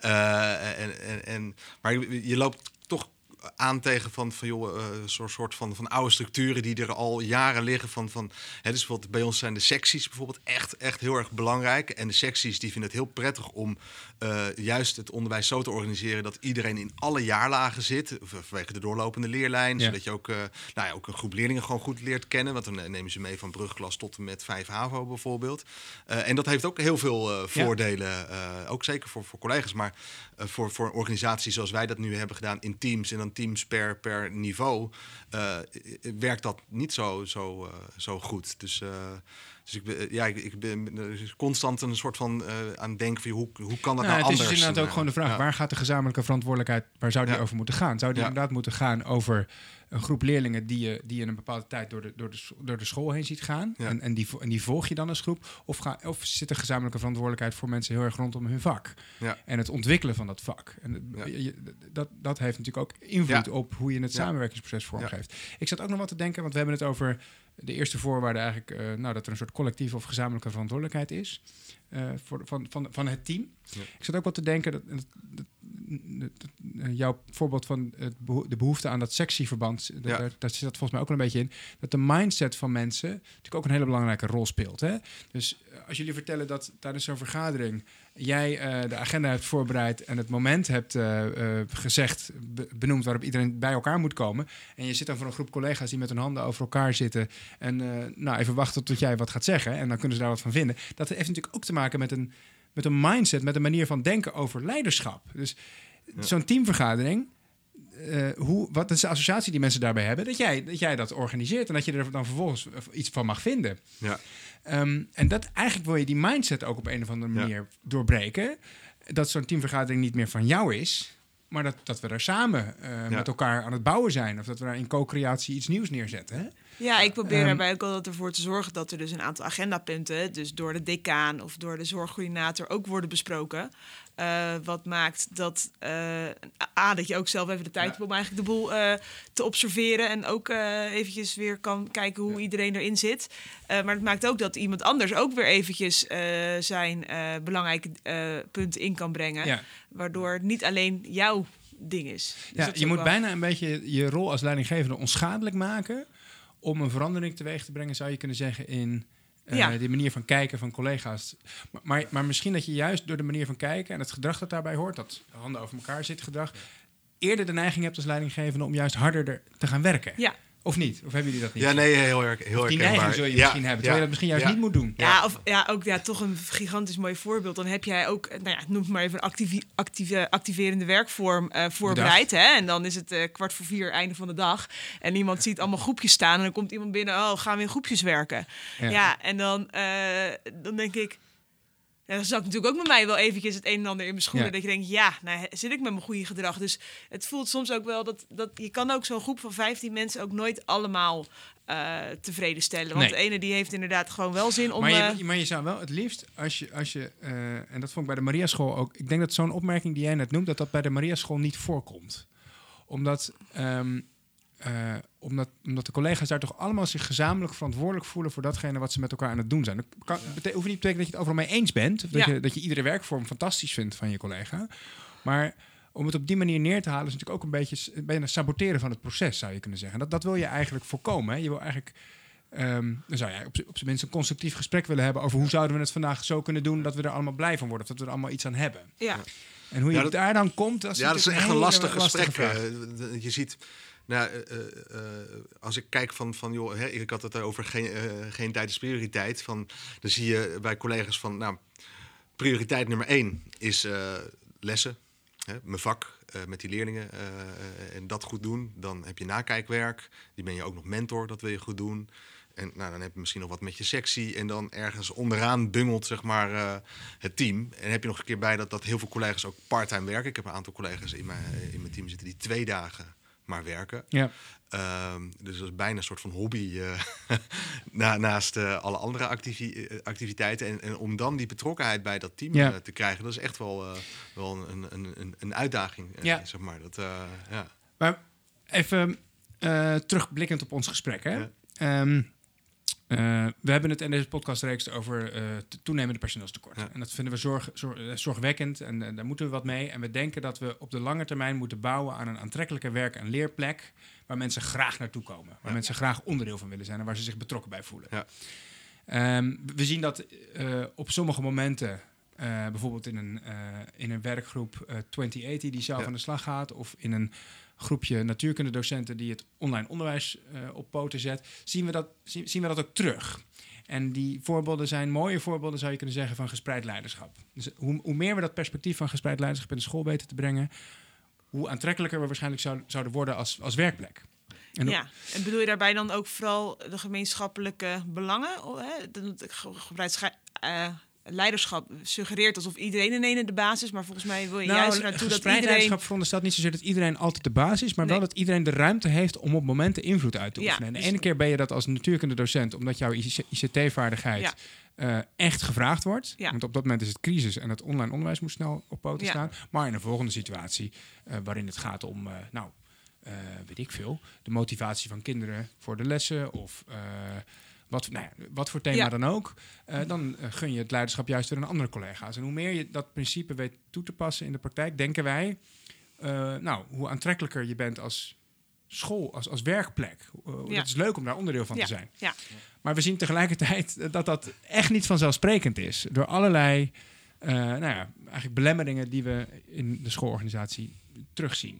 uh, en, en, en, maar je, je loopt toch aan tegen van, van joh, uh, zo'n soort van, van oude structuren die er al jaren liggen. Van, van, hè, dus bijvoorbeeld bij ons zijn de secties bijvoorbeeld echt, echt heel erg belangrijk. En de secties die vinden het heel prettig om uh, juist het onderwijs zo te organiseren dat iedereen in alle jaarlagen zit. Vanwege de doorlopende leerlijn. Ja. Zodat je ook, uh, nou ja, ook een groep leerlingen gewoon goed leert kennen. Want dan nemen ze mee van brugklas tot en met vijf HAVO bijvoorbeeld. Uh, en dat heeft ook heel veel uh, voordelen. Ja. Uh, ook zeker voor, voor collega's. Maar uh, voor, voor een organisatie zoals wij dat nu hebben gedaan in teams en dan teams per, per niveau, uh, werkt dat niet zo, zo, uh, zo goed. Dus, uh, dus ik ben, ja, ik, ik ben dus constant een soort van uh, aan het denken van hoe, hoe kan dat nou, nou anders?
Het is dus inderdaad ook gewoon de vraag, ja. waar gaat de gezamenlijke verantwoordelijkheid, waar zou die ja. over moeten gaan? Zou die ja. inderdaad moeten gaan over een groep leerlingen die je, die je in een bepaalde tijd door de, door de, door de school heen ziet gaan. Ja. En, en, die, en die volg je dan als groep. Of, ga, of zit er gezamenlijke verantwoordelijkheid voor mensen heel erg rondom hun vak. Ja. En het ontwikkelen van dat vak. En ja. je, dat, dat heeft natuurlijk ook invloed ja. op hoe je het ja. samenwerkingsproces vormgeeft. Ja. Ik zat ook nog wat te denken, want we hebben het over de eerste voorwaarde eigenlijk, uh, nou, dat er een soort collectieve of gezamenlijke verantwoordelijkheid is uh, voor, van, van, van het team. Ja. Ik zat ook wat te denken, dat, dat, dat, dat, dat jouw voorbeeld van het beho- de behoefte aan dat sectieverband, ja. daar, daar zit dat volgens mij ook wel een beetje in, dat de mindset van mensen natuurlijk ook een hele belangrijke rol speelt. Hè? Dus als jullie vertellen dat tijdens zo'n vergadering jij uh, de agenda hebt voorbereid en het moment hebt uh, uh, gezegd, be- benoemd waarop iedereen bij elkaar moet komen. En je zit dan voor een groep collega's die met hun handen over elkaar zitten en uh, nou, even wachten tot jij wat gaat zeggen. En dan kunnen ze daar wat van vinden. Dat heeft natuurlijk ook te maken met een, met een mindset, met een manier van denken over leiderschap. Dus ja. zo'n teamvergadering, Uh, hoe, wat is de associatie die mensen daarbij hebben? Dat jij, dat jij dat organiseert en dat je er dan vervolgens iets van mag vinden. Ja. Um, en dat eigenlijk wil je die mindset ook op een of andere manier ja. doorbreken. Dat zo'n teamvergadering niet meer van jou is, maar dat, dat we daar samen uh, ja. met elkaar aan het bouwen zijn. Of dat we daar in co-creatie iets nieuws neerzetten. Hè?
Ja, ik probeer um, daarbij ook altijd ervoor te zorgen dat er dus een aantal agendapunten, dus door de decaan of door de zorgcoördinator ook worden besproken. Uh, wat maakt dat, uh, A, dat je ook zelf even de tijd ja. hebt om eigenlijk de boel uh, te observeren en ook uh, eventjes weer kan kijken hoe ja. iedereen erin zit. Uh, maar het maakt ook dat iemand anders ook weer eventjes uh, zijn uh, belangrijke uh, punten in kan brengen. Ja. Waardoor het niet alleen jouw ding is.
Dus ja, je moet wel bijna een beetje je rol als leidinggevende onschadelijk maken om een verandering teweeg te brengen, zou je kunnen zeggen, in uh, ja. die manier van kijken van collega's. Maar, maar, maar misschien dat je juist door de manier van kijken en het gedrag dat daarbij hoort, dat handen over elkaar zit gedrag, eerder de neiging hebt als leidinggevende om juist harder er te gaan werken. Ja. Of niet? Of hebben jullie dat niet?
Ja, nee, heel erg. Heel
of die neiging zul je ja, misschien hebben, terwijl ja, je dat misschien juist
ja,
niet moet doen.
Ja, ja, of ja, ook ja, toch een gigantisch mooi voorbeeld. Dan heb jij ook, nou ja, noem het maar even een actieve, actieve, activerende werkvorm uh, voorbereid. Hè? En dan is het uh, kwart voor vier, einde van de dag. En iemand ziet allemaal groepjes staan. En dan komt iemand binnen, oh, gaan we in groepjes werken? Ja, ja en dan, uh, dan denk ik, ja, dan zat natuurlijk ook met mij wel eventjes het een en ander in mijn schoenen. Ja. Dat je denkt, ja, nou zit ik met mijn goede gedrag. Dus het voelt soms ook wel dat, dat je kan ook zo'n groep van vijftien mensen ook nooit allemaal uh, tevreden stellen. Want nee. de ene die heeft inderdaad gewoon wel zin om...
Maar je, uh, maar je zou wel het liefst, als je, als je uh, en dat vond ik bij de Mariaschool ook, ik denk dat zo'n opmerking die jij net noemt, dat dat bij de Mariaschool niet voorkomt. Omdat... Um, Uh, omdat, omdat de collega's daar toch allemaal zich gezamenlijk verantwoordelijk voelen voor datgene wat ze met elkaar aan het doen zijn. Dat kan, bete- hoeft niet te betekenen dat je het overal mee eens bent. Of dat, ja. je, dat je iedere werkvorm fantastisch vindt van je collega. Maar om het op die manier neer te halen is natuurlijk ook een beetje bijna saboteren van het proces, zou je kunnen zeggen. Dat, dat wil je eigenlijk voorkomen. Hè? Je wil eigenlijk, um, dan zou je op, op zijn minst een constructief gesprek willen hebben over hoe zouden we het vandaag zo kunnen doen dat we er allemaal blij van worden. Of dat we er allemaal iets aan hebben.
Ja.
En hoe je
ja, dat,
daar dan komt, dat is,
ja, dat is echt een, een lastig gesprek.
Uh,
je ziet, nou, uh, uh, als ik kijk van, van joh, hè, ik had het over geen, uh, geen tijd is prioriteit. Van, dan zie je bij collega's van, nou, prioriteit nummer één is uh, lessen, hè, mijn vak uh, met die leerlingen uh, uh, en dat goed doen. Dan heb je nakijkwerk, die ben je ook nog mentor, dat wil je goed doen. En nou, dan heb je misschien nog wat met je sectie. En dan ergens onderaan bungelt zeg maar, uh, het team. En heb je nog een keer bij dat, dat heel veel collega's ook parttime werken. Ik heb een aantal collega's in mijn, in mijn team zitten die twee dagen maar werken. Ja. Um, dus dat is bijna een soort van hobby uh, na, naast uh, alle andere activi- activiteiten. En, en om dan die betrokkenheid bij dat team ja. uh, te krijgen, dat is echt wel, uh, wel een, een, een, een uitdaging. Uh, ja. zeg maar. Dat, uh, ja.
Maar even uh, terugblikkend op ons gesprek. Hè? Ja. Um, Uh, we hebben het in deze podcastreeks over uh, toenemende personeelstekort. Ja. En dat vinden we zorg, zorg, zorgwekkend en uh, daar moeten we wat mee. En we denken dat we op de lange termijn moeten bouwen aan een aantrekkelijke werk- en leerplek waar mensen graag naartoe komen. Waar ja. mensen graag onderdeel van willen zijn en waar ze zich betrokken bij voelen. Ja. Um, we zien dat uh, op sommige momenten, uh, bijvoorbeeld in een, uh, in een werkgroep uh, twintig tachtig die zelf ja. aan de slag gaat, of in een groepje natuurkundedocenten die het online onderwijs uh, op poten zet, zien we, dat, zien, zien we dat ook terug. En die voorbeelden zijn mooie voorbeelden, zou je kunnen zeggen, van gespreid leiderschap. Dus hoe, hoe meer we dat perspectief van gespreid leiderschap in de school weten te brengen, hoe aantrekkelijker we waarschijnlijk zou, zouden worden als, als werkplek.
En ja, en bedoel je daarbij dan ook vooral de gemeenschappelijke belangen? Hè? Dat gebruikt uh, leiderschap suggereert alsof iedereen in ene de basis, maar volgens mij wil je
nou,
juist naartoe dat iedereen...
leiderschap veronderstelt niet zozeer dat iedereen altijd de basis is, maar nee. wel dat iedereen de ruimte heeft om op momenten invloed uit te oefenen. Ja, en de dus ene keer ben je dat als natuurkundedocent, omdat jouw I C T-vaardigheid ja. uh, echt gevraagd wordt. Ja. Want op dat moment is het crisis en het online onderwijs moet snel op poten ja. staan. Maar in een volgende situatie, uh, waarin het gaat om, uh, nou, uh, weet ik veel, de motivatie van kinderen voor de lessen of... Uh, Wat, nou ja, wat voor thema ja. dan ook, uh, dan uh, gun je het leiderschap juist weer aan andere collega's. En hoe meer je dat principe weet toe te passen in de praktijk, denken wij, uh, nou, hoe aantrekkelijker je bent als school, als, als werkplek. Uh, ja. Het is leuk om daar onderdeel van ja. te zijn. Ja. Maar we zien tegelijkertijd dat dat echt niet vanzelfsprekend is. Door allerlei uh, nou ja, eigenlijk belemmeringen die we in de schoolorganisatie terugzien.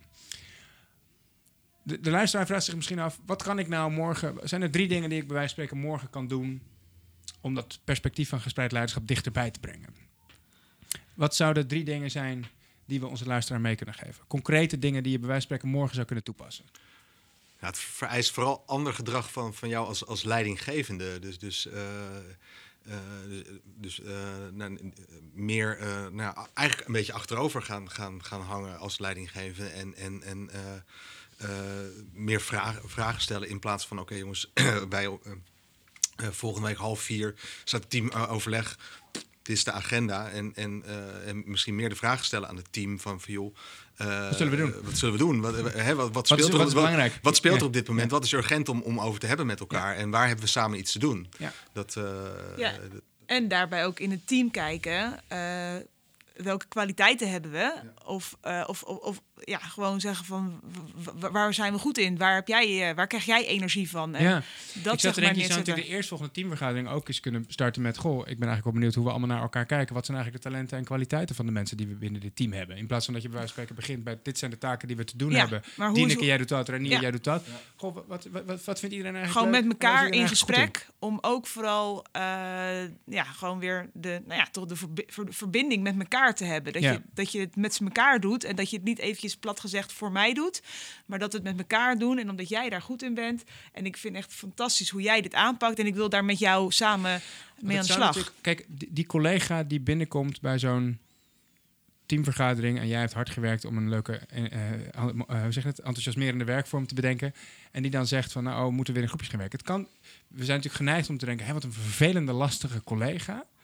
De, de luisteraar vraagt zich misschien af, wat kan ik nou morgen... Zijn er drie dingen die ik bij wijze van spreken morgen kan doen om dat perspectief van gespreid leiderschap dichterbij te brengen? Wat zouden drie dingen zijn die we onze luisteraar mee kunnen geven? Concrete dingen die je bij wijze van spreken morgen zou kunnen toepassen.
Ja, het vereist vooral ander gedrag van, van jou als, als leidinggevende. Dus... dus uh... Uh, dus uh, nou, meer, uh, nou, eigenlijk een beetje achterover gaan, gaan, gaan hangen als leidinggevende en, en, en uh, uh, meer vragen, vragen stellen in plaats van, oké okay, jongens, bij uh, uh, volgende week half vier staat teamoverleg. Dit is de agenda en, en, uh, en misschien meer de vraag stellen aan het team van, van joh, uh,
wat zullen we doen?
Uh, wat zullen we doen? Wat, hè, wat, wat speelt,
wat is,
er,
wat is belangrijk?
Wat, wat speelt er
ja.
op dit moment?
Ja.
Wat is urgent om, om over te hebben met elkaar? Ja. En waar hebben we samen iets te doen?
Ja.
Dat, uh,
ja. d- en daarbij ook in het team kijken. Uh, welke kwaliteiten hebben we? Ja. Of, uh, of, of, of ja, gewoon zeggen van w- w- waar zijn we goed in? Waar, heb jij, uh, waar krijg jij energie van? En
ja.
dat
ik zat te denken, je zou natuurlijk de eerstvolgende teamvergadering ook eens kunnen starten met, goh, ik ben eigenlijk wel benieuwd hoe we allemaal naar elkaar kijken. Wat zijn eigenlijk de talenten en kwaliteiten van de mensen die we binnen dit team hebben? In plaats van dat je bij wijze van spreken begint bij, dit zijn de taken die we te doen ja, hebben. Dieneke, jij doet dat, Renier, ja. jij doet dat. Ja. Goh, wat, wat, wat, wat vindt iedereen eigenlijk
gewoon
leuk?
Met elkaar in gesprek, in? Om ook vooral uh, ja, gewoon weer de, nou ja, toch de verbi- verbinding met elkaar te hebben. Dat, ja. je, dat je het met z'n elkaar doet en dat je het niet eventjes plat gezegd voor mij doet, maar dat we het met elkaar doen en omdat jij daar goed in bent. En ik vind echt fantastisch hoe jij dit aanpakt en ik wil daar met jou samen mee aan de slag.
Kijk, die, die collega die binnenkomt bij zo'n teamvergadering en jij hebt hard gewerkt om een leuke, uh, uh, uh, hoe zeg je het, enthousiasmerende werkvorm te bedenken en die dan zegt van, nou, oh, we moeten weer in groepjes gaan werken. Het kan, we zijn natuurlijk geneigd om te denken, hé, wat een vervelende, lastige collega.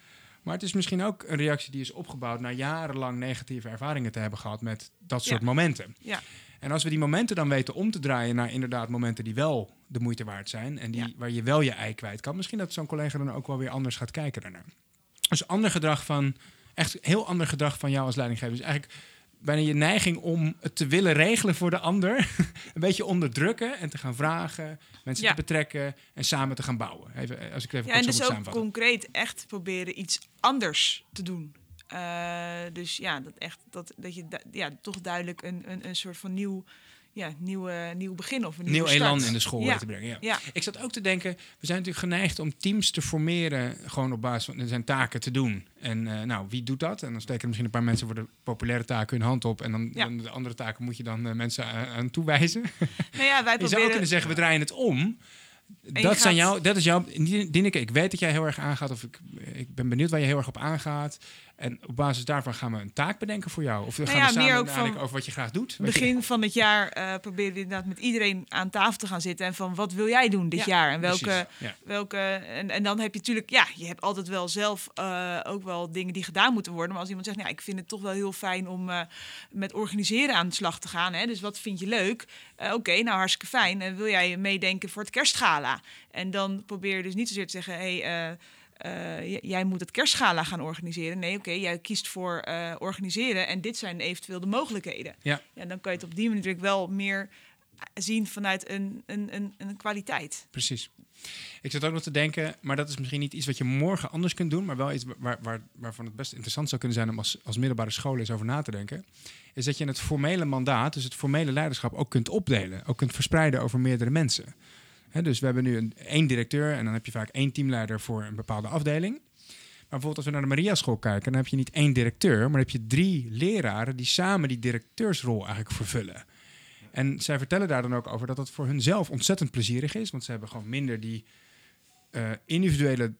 Maar het is misschien ook een reactie die is opgebouwd na jarenlang negatieve ervaringen te hebben gehad met dat soort
Ja.
momenten.
Ja.
En als we die momenten dan weten om te draaien naar inderdaad momenten die wel de moeite waard zijn en die,
Ja.
waar je wel je ei kwijt kan, misschien dat zo'n collega dan ook wel weer anders gaat kijken daarnaar. Dus ander gedrag van, echt heel ander gedrag van jou als leidinggever. Dus eigenlijk bijna je neiging om het te willen regelen voor de ander, een beetje onderdrukken en te gaan vragen, mensen
Ja.
te betrekken en samen te gaan bouwen. Even, als ik het even
Ja, en
kort zo
dus
moet
ook
samenvatten.
concreet echt proberen iets anders te doen. Uh, dus ja, dat, echt, dat, dat je du- ja, toch duidelijk een, een, een soort van nieuw, ja, nieuwe, nieuw begin of een
Nieuw
nieuwe start.
elan in de school
Ja.
te brengen. Ja.
Ja.
Ik zat ook te denken, we zijn natuurlijk geneigd om teams te formeren, gewoon op basis van zijn taken te doen. En uh, nou, wie doet dat? En dan steken er misschien een paar mensen voor de populaire taken hun hand op. En dan,
Ja.
dan de andere taken moet je dan uh, mensen aan, aan toewijzen.
Nou ja, wij
Je zou ook
proberen...
kunnen zeggen, we draaien het om.
je
Dat,
gaat-
zijn jou, dat is jouw... Dineke, ik weet dat jij heel erg aangaat, of ik, ik ben benieuwd waar je heel erg op aangaat. En op basis daarvan gaan we een taak bedenken voor jou. Of we gaan
ja,
we samen
meer ook
nadenken
van
over wat je graag doet. Wat je-
Begin van het jaar uh, proberen we inderdaad met iedereen aan tafel te gaan zitten. En van, wat wil jij doen dit
Ja,
jaar? En welke...
precies, ja.
welke en, en dan heb je natuurlijk... Ja, je hebt altijd wel zelf uh, ook wel dingen die gedaan moeten worden. Maar als iemand zegt, nou, ik vind het toch wel heel fijn om uh, met organiseren aan de slag te gaan. Hè? Dus wat vind je leuk? Uh, Oké, okay, nou hartstikke fijn. En wil jij meedenken voor het kerstgala? En dan probeer je dus niet zozeer te zeggen... Hey, uh, Uh, j- jij moet het kerstgala gaan organiseren. Nee, oké, okay, jij kiest voor uh, organiseren en dit zijn eventueel de mogelijkheden.
Ja.
Ja, dan kan je het op die manier natuurlijk wel meer zien vanuit een, een, een, een kwaliteit.
Precies. Ik zat ook nog te denken, maar dat is misschien niet iets wat je morgen anders kunt doen, maar wel iets waar, waar, waarvan het best interessant zou kunnen zijn om als, als middelbare school eens over na te denken, is dat je het formele mandaat, dus het formele leiderschap, ook kunt opdelen. Ook kunt verspreiden over meerdere mensen. He, dus we hebben nu een, één directeur en dan heb je vaak één teamleider voor een bepaalde afdeling. Maar bijvoorbeeld als we naar de Maria School kijken, dan heb je niet één directeur, maar dan heb je drie leraren die samen die directeursrol eigenlijk vervullen. En zij vertellen daar dan ook over dat dat voor hun zelf ontzettend plezierig is, want ze hebben gewoon minder die uh, individuele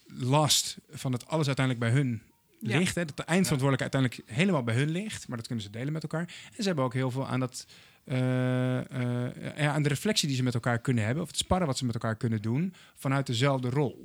last van dat alles uiteindelijk bij hun
Ja.
ligt. Hè, dat de eindverantwoordelijkheid uiteindelijk helemaal bij hun ligt, maar dat kunnen ze delen met elkaar. En ze hebben ook heel veel aan dat Uh, uh, ja, aan de reflectie die ze met elkaar kunnen hebben, of het sparren wat ze met elkaar kunnen doen, vanuit dezelfde rol.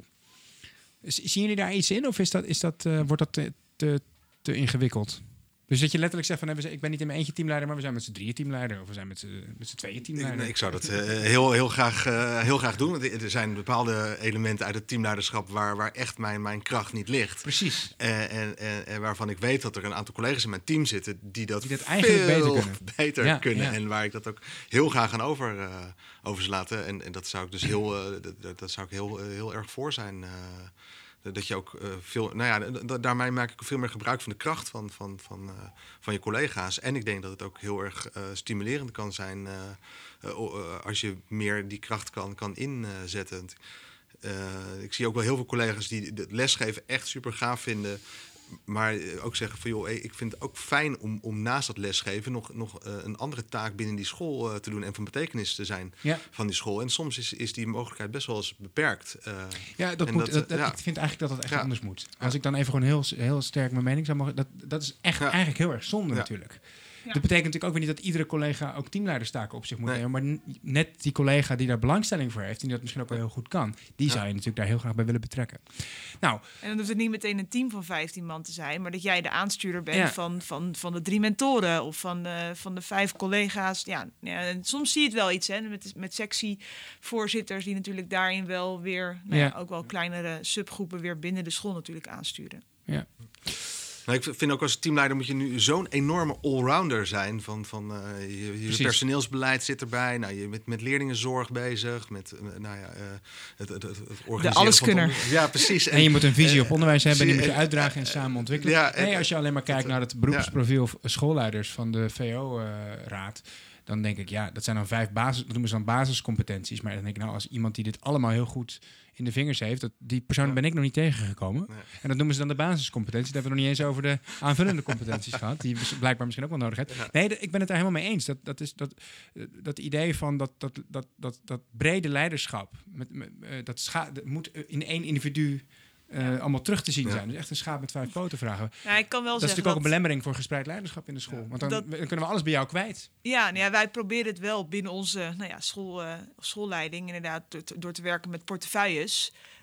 Z- zien jullie daar iets in, of is dat, is dat, uh, wordt dat te, te, te ingewikkeld? Dus dat je letterlijk zegt van, ik ben niet in mijn eentje teamleider, maar we zijn met z'n drieën teamleider, of we zijn met z'n, met z'n tweeën teamleider.
Nee, ik zou dat uh, heel, heel, graag, uh, heel graag doen. Want er zijn bepaalde elementen uit het teamleiderschap waar, waar echt mijn, mijn kracht niet ligt.
Precies.
En, en, en, en waarvan ik weet dat er een aantal collega's in mijn team zitten die dat,
die dat eigenlijk
veel
beter kunnen.
Beter
ja,
kunnen
ja.
En waar ik dat ook heel graag aan over, uh, over zou laten. En, en dat zou ik dus heel, uh, dat, dat zou ik heel, uh, heel erg voor zijn. Uh, Dat je ook uh, veel, nou ja, d- daarmee maak ik veel meer gebruik van de kracht van, van, van, uh, van je collega's. En ik denk dat het ook heel erg uh, stimulerend kan zijn uh, uh, uh, als je meer die kracht kan, kan inzetten. Uh, ik zie ook wel heel veel collega's die het lesgeven echt super gaaf vinden. Maar ook zeggen van, joh, hey, ik vind het ook fijn om, om naast dat lesgeven nog, nog uh, een andere taak binnen die school uh, te doen en van betekenis te zijn
ja.
van die school. En soms is, is die mogelijkheid best wel eens beperkt. Uh,
ja, dat moet,
dat,
dat, dat,
ja.
ik vind eigenlijk dat dat echt
Ja.
anders moet.
Ja.
Als ik dan even gewoon heel, heel sterk mijn mening zou mogen, dat, dat is echt
Ja.
eigenlijk heel erg zonde
Ja.
natuurlijk.
Ja.
Dat betekent natuurlijk ook weer niet dat iedere collega ook teamleiderstaken op zich moet
Nee.
nemen. Maar n- net die collega die daar belangstelling voor heeft en die dat misschien ook wel heel goed kan, die
Ja.
zou je natuurlijk daar heel graag bij willen betrekken. Nou,
En dan hoeft het niet meteen een team van vijftien man te zijn, maar dat jij de aanstuurder bent
Ja.
van, van, van de drie mentoren of van, uh, van de vijf collega's. Ja, ja, en soms zie je het wel iets, hè, met, met sectievoorzitters die natuurlijk daarin wel weer, nou ja,
Ja.
ook wel kleinere subgroepen weer binnen de school natuurlijk aansturen.
ja.
Nou, ik vind ook als teamleider moet je nu zo'n enorme allrounder zijn. Van, van uh, je, je personeelsbeleid zit erbij. Nou, je bent met leerlingenzorg bezig. Met uh, nou ja, uh, het, het, het organiseren
De alleskunner.
van het, ja, precies.
En je moet een visie
uh,
op onderwijs hebben en die moet je
uh,
uitdragen en samen ontwikkelen.
ja,
nee,
uh,
als je alleen maar kijkt
uh,
naar het beroepsprofiel ja. schoolleiders van de V O-raad, uh, dan denk ik, ja, dat zijn dan vijf basis, dat noemen ze dan basiscompetenties. Maar dan denk ik, nou, als iemand die dit allemaal heel goed in de vingers heeft, dat, die persoon
Ja.
ben ik nog niet tegengekomen.
Nee.
En dat noemen ze dan de basiscompetenties. Daar hebben we nog niet eens over de aanvullende competenties gehad, die blijkbaar misschien ook wel nodig hebt.
Ja.
Nee, de, ik ben het daar helemaal mee eens. Dat, dat, is, dat, dat idee van dat, dat, dat, dat, dat brede leiderschap, met, met, uh, dat, scha- dat moet in één individu Uh, ja. allemaal terug te zien
ja.
zijn. Dus echt een schaap met vijf poten vragen.
Ja, ik kan wel
dat is
zeggen
natuurlijk ook een belemmering voor gespreid leiderschap in de school.
Ja.
Want dan,
Dat,
dan kunnen we alles bij jou kwijt.
Ja, nou ja, wij proberen het wel binnen onze nou ja, school, uh, schoolleiding inderdaad door te, door te werken met portefeuilles.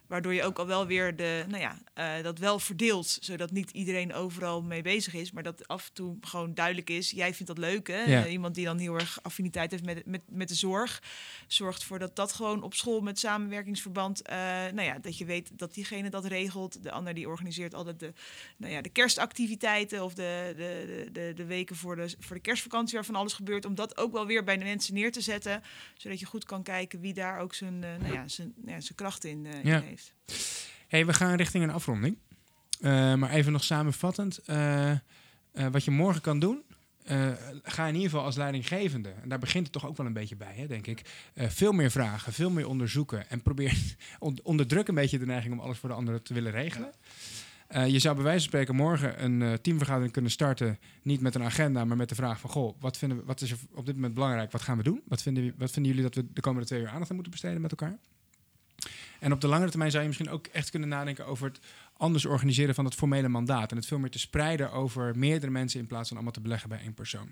Waardoor je ook al wel weer de, nou ja, uh, dat wel verdeelt. Zodat niet iedereen overal mee bezig is. Maar dat af en toe gewoon duidelijk is. Jij vindt dat leuk, hè?
Ja.
Uh, iemand die dan heel erg affiniteit heeft met, met, met de zorg. Zorgt ervoor dat dat gewoon op school met samenwerkingsverband... Uh, nou ja, dat je weet dat diegene dat regelt. De ander die organiseert altijd de, nou ja, de kerstactiviteiten... of de, de, de, de weken voor de, voor de kerstvakantie waarvan alles gebeurt. Om dat ook wel weer bij de mensen neer te zetten. Zodat je goed kan kijken wie daar ook zijn, uh, nou ja, zijn, ja, zijn kracht in, uh,
Ja.
in heeft.
Hey, we gaan richting een afronding. Uh, maar even nog samenvattend. Uh, uh, wat je morgen kan doen... Uh, ga in ieder geval als leidinggevende... en daar begint het toch ook wel een beetje bij, hè, denk ik... Uh, veel meer vragen, veel meer onderzoeken... en probeer onderdruk een beetje de neiging... om alles voor de anderen te willen regelen. Uh, je zou bij wijze van spreken morgen een uh, teamvergadering kunnen starten... niet met een agenda, maar met de vraag van... goh, wat, vinden we, wat is er op dit moment belangrijk? Wat gaan we doen? Wat vinden, wat vinden jullie dat we de komende twee uur aandacht aan moeten besteden met elkaar? En op de langere termijn zou je misschien ook echt kunnen nadenken... over het anders organiseren van het formele mandaat... en het veel meer te spreiden over meerdere mensen... in plaats van allemaal te beleggen bij één persoon.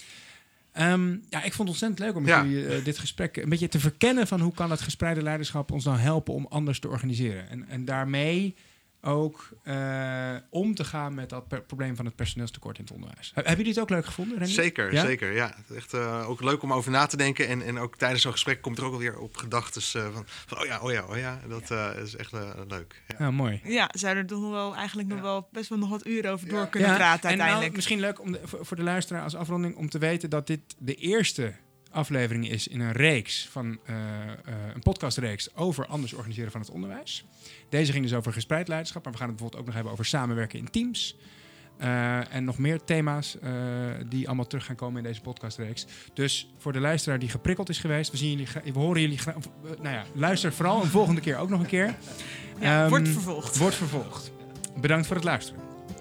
Um, ja, ik vond het ontzettend leuk om met
Ja.
jullie uh, dit gesprek... een beetje te verkennen van hoe kan het gespreide leiderschap... ons nou helpen om anders te organiseren. En, en daarmee ook uh, om te gaan met dat per- probleem van het personeelstekort in het onderwijs. He, hebben jullie het ook leuk gevonden, Renier?
Zeker,
Ja?
zeker. Ja, het is echt uh, ook leuk om over na te denken. En, en ook tijdens zo'n gesprek komt er ook alweer op gedachten uh, van, van... oh ja, oh ja, oh ja. Dat uh, is echt uh, leuk. Ja.
Ja, mooi.
Ja, zouden er toch nog wel eigenlijk nog
Ja.
wel best wel nog wat uren over door
Ja.
kunnen
Ja,
praten
en
uiteindelijk.
nou, misschien leuk om de, voor, voor de luisteraar als afronding om te weten dat dit de eerste aflevering is in een reeks van uh, uh, een podcastreeks over anders organiseren van het onderwijs. Deze ging dus over gespreid leiderschap, maar we gaan het bijvoorbeeld ook nog hebben over samenwerken in teams. Uh, en nog meer thema's uh, die allemaal terug gaan komen in deze podcastreeks. Dus voor de luisteraar die geprikkeld is geweest, we zien jullie, gra- we horen jullie graag. Uh, nou ja, luister vooral een volgende keer ook nog een keer.
Ja,
Um,
wordt vervolgd.
Wordt vervolgd. Bedankt voor het luisteren.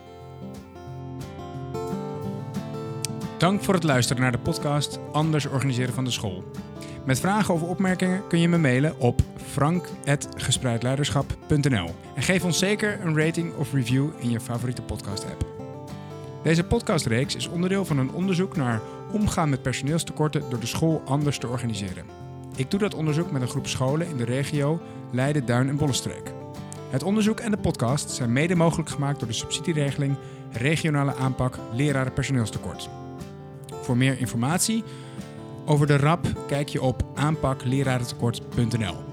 Dank voor het luisteren naar de podcast Anders organiseren van de school. Met vragen of opmerkingen kun je me mailen op frank at gespreidleiderschap punt n l. En geef ons zeker een rating of review in je favoriete podcast-app. Deze podcastreeks is onderdeel van een onderzoek naar omgaan met personeelstekorten door de school anders te organiseren. Ik doe dat onderzoek met een groep scholen in de regio Leiden, Duin en Bollenstreek. Het onderzoek en de podcast zijn mede mogelijk gemaakt door de subsidieregeling Regionale aanpak leraren personeelstekort. Voor meer informatie over de R A P kijk je op aanpak lerarentekort punt n l.